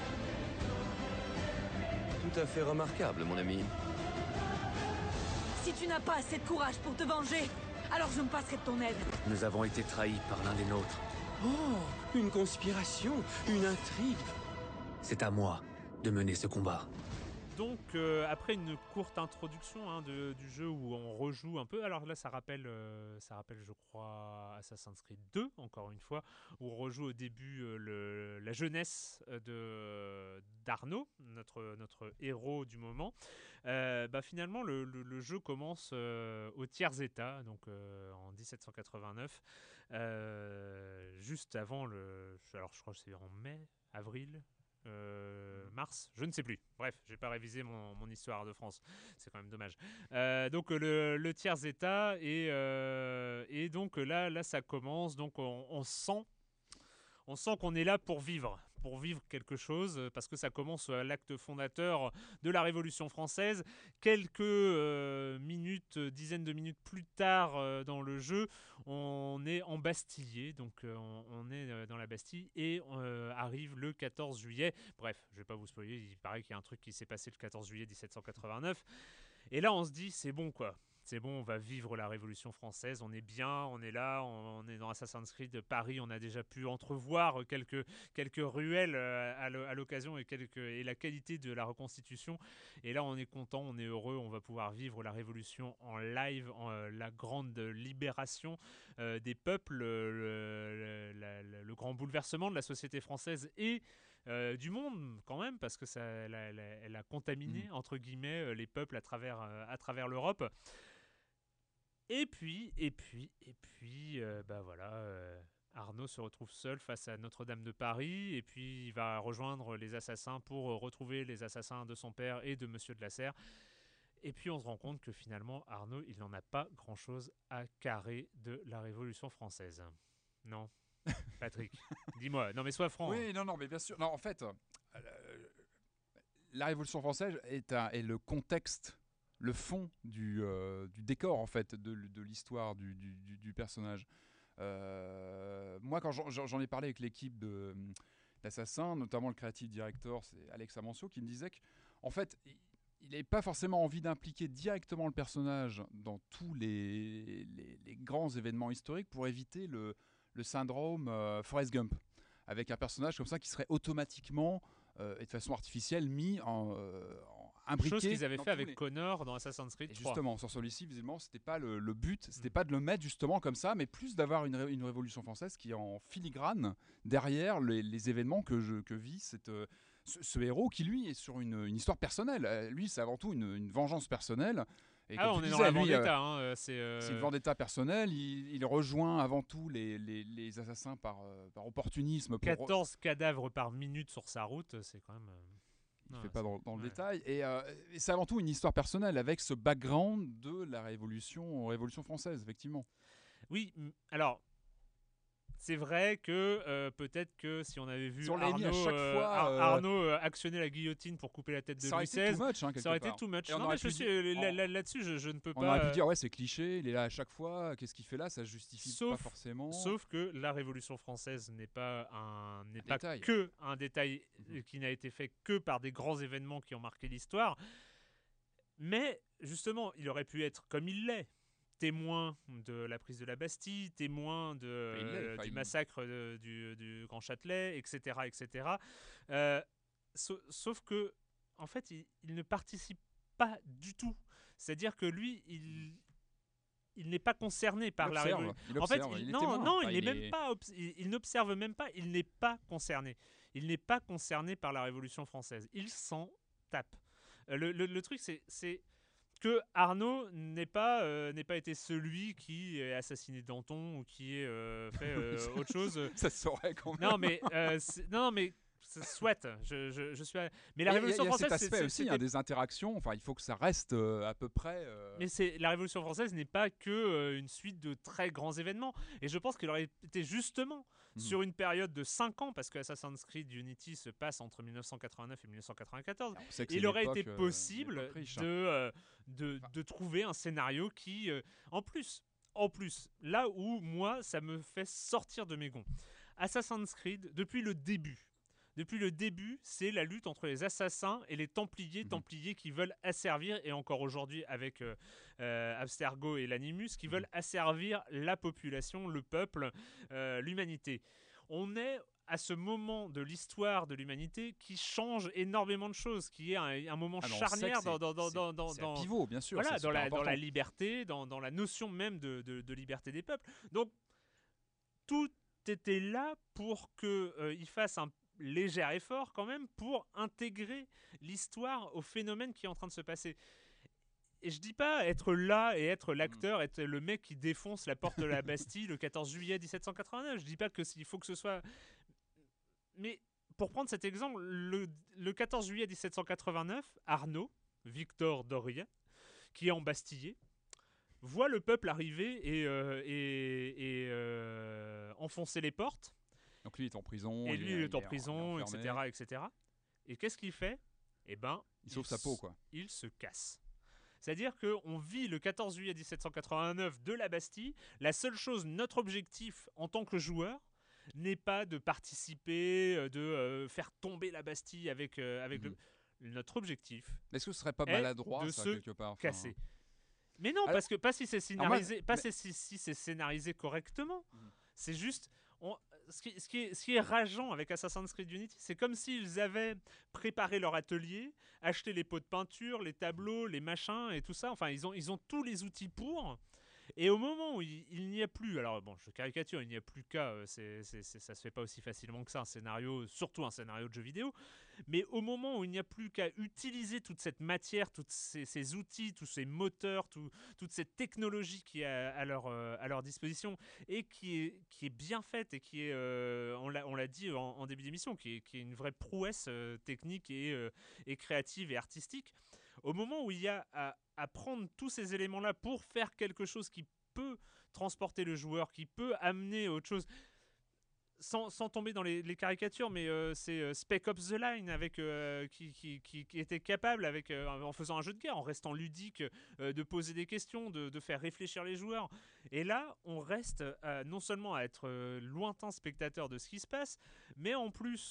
Tout à fait remarquable, mon ami. Si tu n'as pas assez de courage pour te venger, alors je me passerai de ton aide. Nous avons été trahis par l'un des nôtres. Oh, une conspiration, une intrigue. C'est à moi de mener ce combat. Donc, après une courte introduction du jeu où on rejoue un peu, alors là, ça rappelle, je crois, Assassin's Creed 2, encore une fois, où on rejoue au début la jeunesse d'Arnaud, notre héros du moment. Finalement, le jeu commence au tiers état, donc en 1789, juste avant alors je crois que c'est en mai, avril. Mars, je ne sais plus. Bref, j'ai pas révisé mon histoire de France. C'est quand même dommage. Donc le tiers état et donc là ça commence. Donc on sent qu'on est là pour vivre quelque chose, parce que ça commence à l'acte fondateur de la Révolution française. Quelques dizaines de minutes plus tard dans le jeu, on est embastillé, donc on est dans la Bastille, et arrive le 14 juillet. Bref, je vais pas vous spoiler, il paraît qu'il y a un truc qui s'est passé le 14 juillet 1789. Et là, on se dit, c'est bon quoi. C'est bon, on va vivre la Révolution française, on est bien, on est là, on est dans Assassin's Creed Paris, on a déjà pu entrevoir quelques ruelles à l'occasion et la qualité de la reconstitution. Et là, on est content, on est heureux, on va pouvoir vivre la Révolution en live, la grande libération des peuples, le grand bouleversement de la société française et du monde quand même, parce que elle a contaminé entre guillemets les peuples à travers l'Europe. Et puis, Arnaud se retrouve seul face à Notre-Dame de Paris, et puis il va rejoindre les assassins pour retrouver les assassins de son père et de Monsieur de la Serre. Et puis on se rend compte que finalement, Arnaud, il n'en a pas grand-chose à carrer de la Révolution française. Non, Patrick, dis-moi. Non mais sois franc. Oui, non, mais bien sûr. Non, en fait, la Révolution française est le contexte, le fond du décor en fait de l'histoire du personnage. Moi, quand j'en ai parlé avec l'équipe d'Assassin, notamment le creative director, c'est Alex Amancio, qui me disait qu'en fait, il n'avait pas forcément envie d'impliquer directement le personnage dans tous les grands événements historiques pour éviter le syndrome Forrest Gump, avec un personnage comme ça qui serait automatiquement et de façon artificielle mis imbriqué. Chose qu'ils avaient fait avec Connor dans Assassin's Creed 3. Justement, sur celui-ci, visiblement, c'était pas le but, c'était pas de le mettre justement comme ça, mais plus d'avoir une Révolution française qui est en filigrane derrière les événements que vit ce héros qui, lui, est sur une histoire personnelle. Lui, c'est avant tout une vengeance personnelle. Et on est dans la vendetta. C'est une vendetta personnelle. Il rejoint avant tout les assassins par opportunisme. 14 cadavres par minute sur sa route, c'est quand même... Il ne fait pas dans le détail. Et c'est avant tout une histoire personnelle avec ce background de la Révolution française, effectivement. Oui, alors... C'est vrai que peut-être que si on avait vu Arnaud actionner la guillotine pour couper la tête de Louis XVI, ça aurait été too much. Non, mais là-dessus, je ne peux pas... On aurait pu dire, ouais, c'est cliché, il est là à chaque fois, qu'est-ce qu'il fait là, ça justifie pas forcément. Sauf que la Révolution française n'est pas que un détail qui n'a été fait que par des grands événements qui ont marqué l'histoire. Mais justement, il aurait pu être comme il l'est. Témoin de la prise de la Bastille, témoin du massacre du Grand Châtelet, etc. Sauf que, en fait, il ne participe pas du tout. C'est-à-dire que lui, il n'est pas concerné par la Révolution. Il n'observe même pas, il n'est pas concerné. Il n'est pas concerné par la Révolution française. Il s'en tape. Le truc, c'est que Arnaud n'ait pas été celui qui a assassiné Danton ou qui ait fait autre chose. Ça se saurait quand même. Non mais soit, je suis. Mais la Révolution française, c'est cet aspect aussi, des interactions. Enfin, il faut que ça reste à peu près. Mais la Révolution française n'est pas que une suite de très grands événements. Et je pense qu'il aurait été justement sur une période de 5 ans, parce que Assassin's Creed Unity se passe entre 1989 et 1994. Il aurait été possible de trouver un scénario qui, en plus, là où moi, ça me fait sortir de mes gonds. Assassin's Creed, depuis le début, c'est la lutte entre les assassins et les Templiers qui veulent asservir, et encore aujourd'hui avec Abstergo et l'Animus, qui veulent asservir la population, le peuple, l'humanité. On est à ce moment de l'histoire de l'humanité qui change énormément de choses, qui est un moment charnière c'est un pivot, bien sûr. Voilà, dans la liberté, dans la notion même de liberté des peuples. Donc, tout était là pour qu'il fasse un léger effort quand même pour intégrer l'histoire au phénomène qui est en train de se passer. Et je dis pas être là et être l'acteur, être le mec qui défonce la porte de la Bastille le 14 juillet 1789. Je dis pas qu'il faut que ce soit... Mais pour prendre cet exemple, le 14 juillet 1789, Arnaud, Victor Doria, qui est embastillé, voit le peuple arriver et enfoncer les portes. Donc lui est en prison. Et lui est en prison, etc. Et qu'est-ce qu'il fait ? Eh ben, il sauve sa peau, quoi. Il se casse. C'est-à-dire qu'on vit le 14 juillet 1789 de la Bastille. La seule chose, notre objectif en tant que joueur, n'est pas de participer, de faire tomber la Bastille avec notre objectif. Est-ce que ce serait pas maladroit de ça, se quelque part, casser. Mais non, parce que pas si c'est scénarisé, si c'est scénarisé correctement. C'est juste, ce qui est rageant avec Assassin's Creed Unity, c'est comme s'ils avaient préparé leur atelier, acheté les pots de peinture, les tableaux, les machins et tout ça. Enfin, ils ont tous les outils pour. Et au moment où il n'y a plus, alors bon, je caricature, il n'y a plus qu'à, ça se fait pas aussi facilement que ça, un scénario, surtout un scénario de jeu vidéo, mais au moment où il n'y a plus qu'à utiliser toute cette matière, tous ces outils, tous ces moteurs, toute cette technologie qui est à leur disposition et qui est bien faite et qui est, on l'a dit en début d'émission, qui est une vraie prouesse technique et créative et artistique, au moment où il y a à prendre tous ces éléments-là pour faire quelque chose qui peut transporter le joueur, qui peut amener autre chose, sans tomber dans les caricatures, mais c'est Spec Ops The Line qui était capable, en faisant un jeu de guerre, en restant ludique, de poser des questions, de faire réfléchir les joueurs. Et là, on reste non seulement à être lointain spectateur de ce qui se passe, mais en plus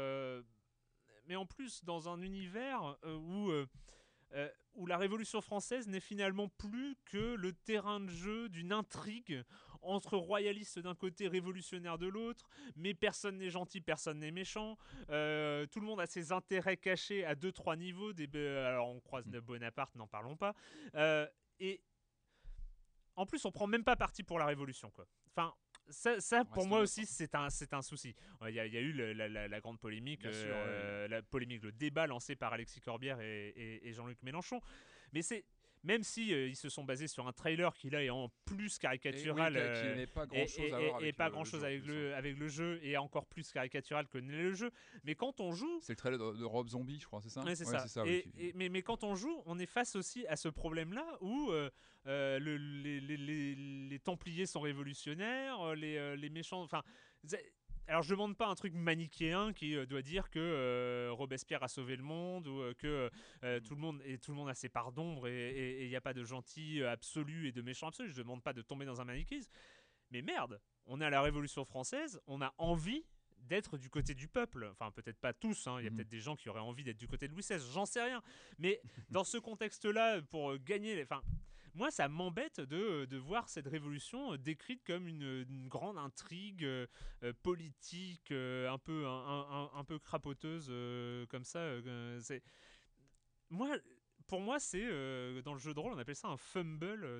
dans un univers où la Révolution française n'est finalement plus que le terrain de jeu d'une intrigue entre royalistes d'un côté, révolutionnaires de l'autre, mais personne n'est gentil, personne n'est méchant, tout le monde a ses intérêts cachés à 2-3 niveaux, alors on croise de Bonaparte, n'en parlons pas, et en plus on prend même pas parti pour la Révolution, quoi. Enfin, ça pour moi aussi, c'est un souci. Il y a eu la grande polémique, la polémique, le débat lancé par Alexis Corbière et Jean-Luc Mélenchon. Mais c'est même si ils se sont basés sur un trailer qui là est en plus caricatural et pas grand-chose avec le jeu et encore plus caricatural que le jeu. Mais quand on joue, c'est le trailer de Rob Zombie, je crois, c'est ça. Ouais, c'est ça. Mais quand on joue, on est face aussi à ce problème-là où les Templiers sont révolutionnaires, les méchants. Enfin. Alors je demande pas un truc manichéen qui doit dire que Robespierre a sauvé le monde ou que tout le monde a ses parts d'ombre et il n'y a pas de gentil absolu et de méchant absolu. Je demande pas de tomber dans un manichéisme. Mais merde, on est à la Révolution française, on a envie d'être du côté du peuple. Enfin, peut-être pas tous, hein. Il y a peut-être des gens qui auraient envie d'être du côté de Louis XVI, j'en sais rien. Mais dans ce contexte-là, pour gagner... Enfin, moi, ça m'embête de voir cette révolution décrite comme une grande intrigue politique, un peu crapoteuse, comme ça. Pour moi, c'est dans le jeu de rôle, on appelle ça un fumble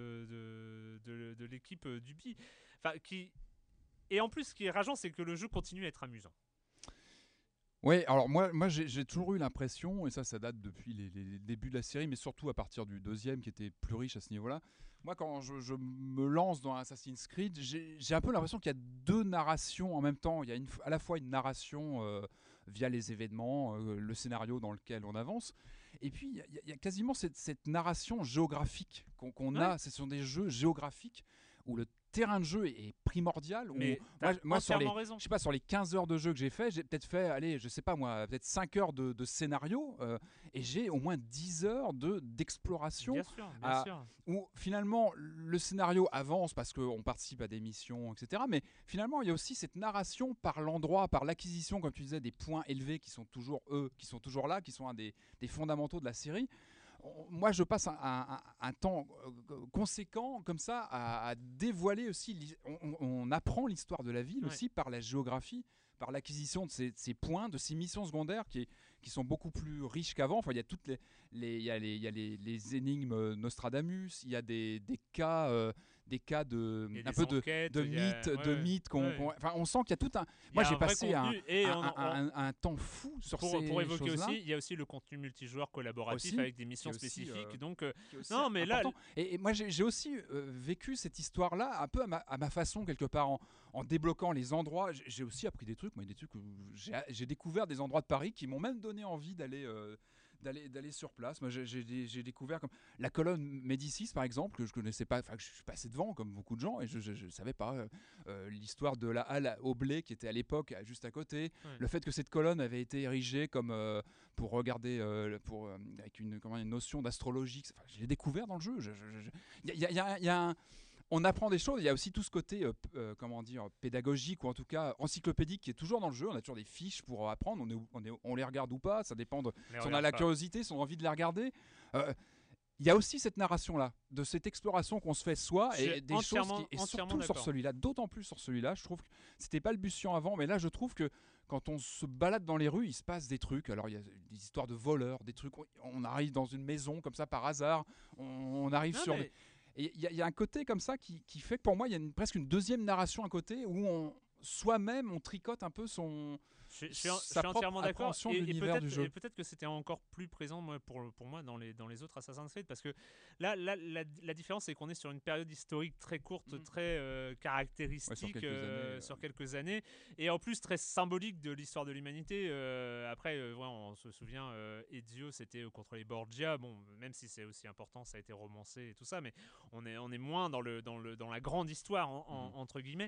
de l'équipe d'Ubi. Enfin, et en plus, ce qui est rageant, c'est que le jeu continue à être amusant. Ouais, alors moi j'ai toujours eu l'impression, et ça date depuis les débuts de la série, mais surtout à partir du deuxième qui était plus riche à ce niveau-là. Moi, quand je me lance dans Assassin's Creed, j'ai un peu l'impression qu'il y a deux narrations en même temps. Il y a à la fois une narration via les événements, le scénario dans lequel on avance, et puis il y a quasiment cette narration géographique qu'on a. Ce sont des jeux géographiques où le terrain de jeu est primordial. Mais moi sur les 15 heures de jeu que j'ai fait, j'ai peut-être fait, peut-être 5 heures de scénario, et j'ai au moins 10 heures d'exploration. Bien sûr. Où finalement le scénario avance parce qu'on participe à des missions, etc. Mais finalement il y a aussi cette narration par l'endroit, par l'acquisition, comme tu disais, des points élevés qui sont toujours là, qui sont un des fondamentaux de la série. Moi, je passe un temps conséquent comme ça à dévoiler aussi. On apprend l'histoire de la ville aussi par la géographie, par l'acquisition de ces points, de ces missions secondaires qui sont beaucoup plus riches qu'avant. Enfin, il y a toutes les énigmes Nostradamus, il y a des cas de mythes enfin, on sent qu'il y a tout un. Moi, j'ai passé un temps fou sur ces choses-là. Pour évoquer aussi, il y a aussi le contenu multijoueur collaboratif avec des missions spécifiques. Donc, non, mais là, et moi, j'ai aussi vécu cette histoire-là un peu à ma façon quelque part en débloquant les endroits. J'ai aussi appris des trucs, j'ai découvert des endroits de Paris qui m'ont même donné envie d'aller sur place. Moi, j'ai découvert comme la colonne Médicis, par exemple, que je connaissais pas, enfin que je suis passé devant comme beaucoup de gens et je savais pas l'histoire de la halle au blé qui était à l'époque juste à côté. Ouais. Le fait que cette colonne avait été érigée comme pour regarder avec une notion d'astrologie. Enfin, je l'ai découvert dans le jeu. Il y a on apprend des choses. Il y a aussi tout ce côté, pédagogique ou en tout cas encyclopédique qui est toujours dans le jeu. On a toujours des fiches pour apprendre. On les regarde ou pas. Ça dépend si on a la curiosité, si on a envie de les regarder. Il y a aussi cette narration-là, de cette exploration qu'on se fait soi et des choses et surtout sur celui-là, d'autant plus sur celui-là. Je trouve que c'était balbutiant avant, mais là, je trouve que quand on se balade dans les rues, il se passe des trucs. Alors, il y a des histoires de voleurs, des trucs. On arrive dans une maison comme ça par hasard. On arrive Et il y a un côté comme ça qui fait que pour moi, il y a presque une deuxième narration à côté où soi-même, on tricote un peu Je suis entièrement d'accord. de l'univers du jeu. Et peut-être que c'était encore plus présent pour moi dans les autres Assassin's Creed, parce que là la différence, c'est qu'on est sur une période historique très courte, très caractéristique, sur quelques années, et en plus très symbolique de l'histoire de l'humanité. Après, on se souvient, Ezio, c'était contre les Borgia. Bon, même si c'est aussi important, ça a été romancé et tout ça, mais on est moins dans la grande histoire entre guillemets.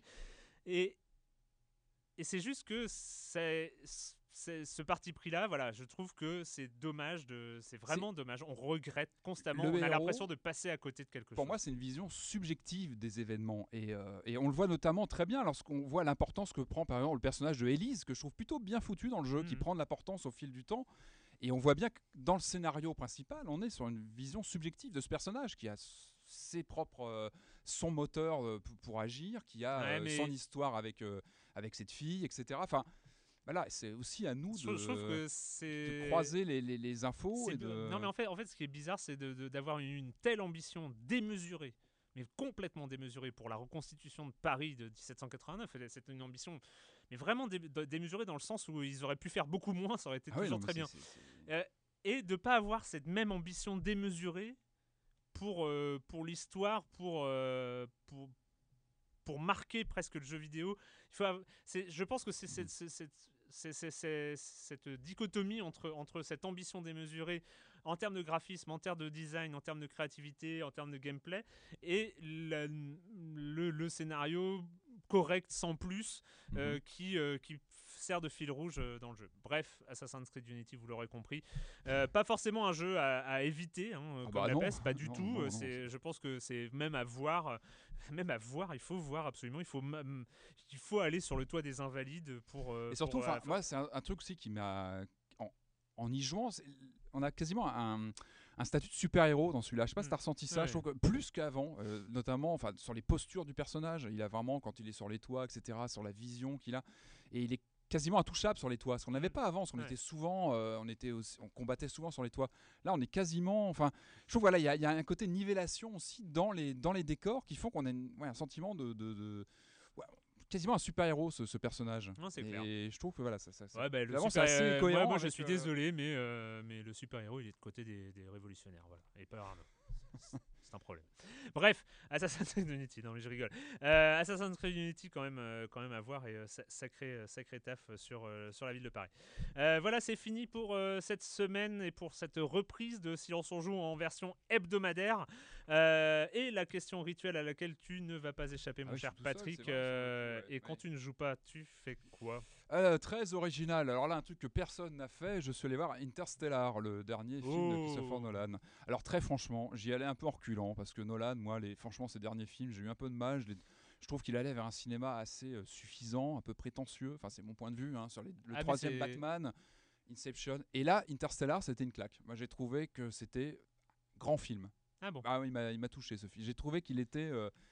Et c'est juste que c'est ce parti pris-là, voilà, je trouve que c'est dommage, c'est vraiment dommage. On regrette constamment, on a l'impression de passer à côté de quelque chose. Pour moi, c'est une vision subjective des événements. Et on le voit notamment très bien lorsqu'on voit l'importance que prend par exemple le personnage de Elise, que je trouve plutôt bien foutu dans le jeu, qui prend de l'importance au fil du temps. Et on voit bien que dans le scénario principal, on est sur une vision subjective de ce personnage qui a ses propres, son moteur pour agir, qui a son histoire avec cette fille, etc. Enfin, voilà, c'est aussi à nous de croiser les infos. Non, mais en fait, ce qui est bizarre, c'est d'avoir une telle ambition démesurée, mais complètement démesurée pour la reconstitution de Paris de 1789. C'est une ambition, mais vraiment démesurée dans le sens où ils auraient pu faire beaucoup moins, ça aurait été toujours très bien. Et de ne pas avoir cette même ambition démesurée pour l'histoire, pour marquer presque le jeu vidéo. Je pense que c'est cette dichotomie entre cette ambition démesurée en termes de graphisme, en termes de design, en termes de créativité, en termes de gameplay, et le scénario correct sans plus, qui sert de fil rouge dans le jeu. Bref, Assassin's Creed Unity, vous l'aurez compris, pas forcément un jeu à éviter, comme la peste, pas du tout. Je pense que c'est même à voir, il faut voir absolument, il faut aller sur le toit des Invalides pour... et surtout, moi, c'est un truc aussi qui m'a... En y jouant, on a quasiment un statut de super-héros dans celui-là. Je sais pas si tu as ressenti ça. Ouais. Je trouve que plus qu'avant, notamment sur les postures du personnage, il a vraiment, quand il est sur les toits, etc., sur la vision qu'il a, et il est quasiment intouchable sur les toits, ce qu'on n'avait pas avant, parce qu'on était souvent, on combattait souvent sur les toits. Là, on est quasiment, je trouve, voilà, il y a un côté nivellation aussi dans les décors qui font qu'on a un sentiment de quasiment un super-héros, ce personnage. Non, c'est clair. Et je trouve que voilà, ça c'est assez cohérent. Moi, je suis désolé, mais le super-héros, il est de côté des révolutionnaires, voilà, et pas Arnaud. C'est un problème. Bref, Assassin's Creed Unity, non mais je rigole. Assassin's Creed Unity quand même à voir, et sacré taf sur la ville de Paris. Voilà, c'est fini pour cette semaine et pour cette reprise de Silence on joue en version hebdomadaire. Et la question rituelle à laquelle tu ne vas pas échapper, mon cher Patrick. Et quand tu ne joues pas, tu fais quoi ? Très original. Alors là, un truc que personne n'a fait, je suis allé voir Interstellar, le dernier film de Christopher Nolan. Alors très franchement, j'y allais un peu en reculant parce que Nolan, moi, franchement, ces derniers films, j'ai eu un peu de mal. Je trouve qu'il allait vers un cinéma assez suffisant, un peu prétentieux. Enfin, c'est mon point de vue sur le troisième Batman, Inception. Et là, Interstellar, c'était une claque. Moi, j'ai trouvé que c'était grand film. Ah bon ? Ah oui, il m'a touché ce film. J'ai trouvé qu'il était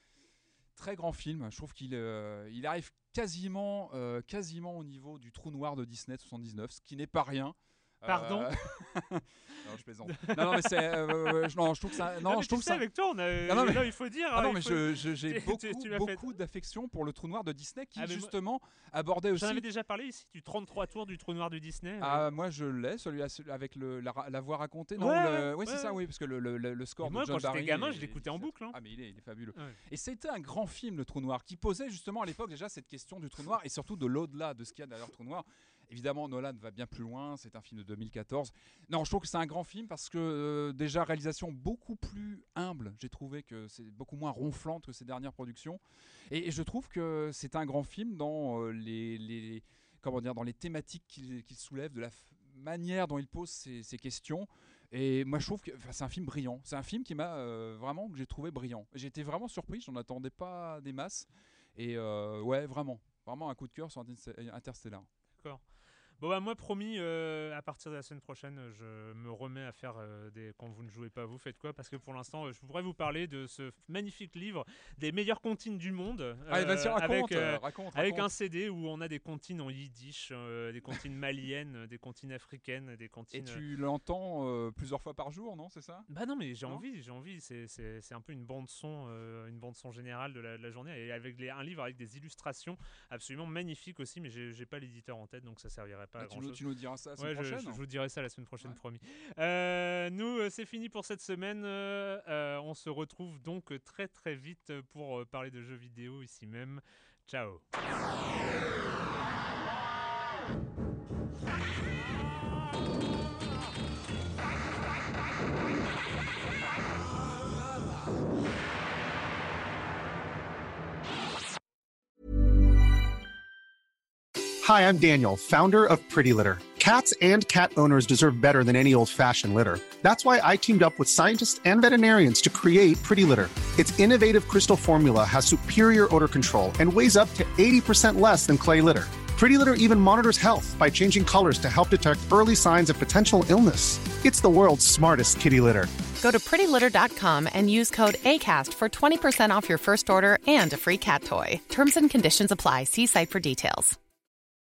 très grand film. Je trouve qu'il arrive quasiment au niveau du trou noir de Disney de 79, ce qui n'est pas rien. Pardon Non, je plaisante. Non, mais c'est. Non, je trouve que ça. Non, je trouve ça. Avec toi, il faut dire. Non, mais j'ai beaucoup d'affection pour le trou noir de Disney qui, justement, abordait aussi. J'en avais déjà parlé ici, du 33 tours du trou noir de Disney. Moi, je l'ai, celui avec la voix racontée. Non, oui, c'est ça, oui, parce que le score de John Barry. Moi, quand j'étais gamin, je l'écoutais en boucle. Ah, mais il est fabuleux. Ouais. Et c'était un grand film, le trou noir, qui posait justement à l'époque déjà cette question du trou noir et surtout de l'au-delà de ce qu'il y a derrière le trou noir. Évidemment, Nolan va bien plus loin, c'est un film de 2014. Non, je trouve que c'est un grand film parce que déjà, réalisation beaucoup plus humble. J'ai trouvé que c'est beaucoup moins ronflante que ses dernières productions. Et je trouve que c'est un grand film dans dans les thématiques qu'il soulève, de la manière dont il pose ses questions. Et moi, je trouve que c'est un film brillant. C'est un film qui m'a vraiment, que j'ai trouvé brillant. J'ai été vraiment surpris, j'en attendais pas des masses. Et ouais, vraiment un coup de cœur sur Interstellar. D'accord. Bon bah moi promis, à partir de la semaine prochaine, je me remets à faire quand vous ne jouez pas, vous faites quoi? Parce que pour l'instant, je pourrais vous parler de ce magnifique livre des meilleures comptines du monde. Allez, vas-y, raconte. Avec un CD où on a des comptines en yiddish, des comptines maliennes, des comptines africaines, des comptines... Et tu l'entends plusieurs fois par jour, non? C'est ça? Bah non, mais j'ai envie. C'est un peu une bande son générale de la journée, et avec un livre avec des illustrations absolument magnifiques aussi, mais j'ai pas l'éditeur en tête, donc ça servirait pas à grand chose. Tu nous diras ça la semaine prochaine. Je vous dirai ça la semaine prochaine, promis. Nous, c'est fini pour cette semaine. On se retrouve donc très très vite pour parler de jeux vidéo ici même. Ciao. Hi, I'm Daniel, founder of Pretty Litter. Cats and cat owners deserve better than any old-fashioned litter. That's why I teamed up with scientists and veterinarians to create Pretty Litter. Its innovative crystal formula has superior odor control and weighs up to 80% less than clay litter. Pretty Litter even monitors health by changing colors to help detect early signs of potential illness. It's the world's smartest kitty litter. Go to prettylitter.com and use code ACAST for 20% off your first order and a free cat toy. Terms and conditions apply. See site for details.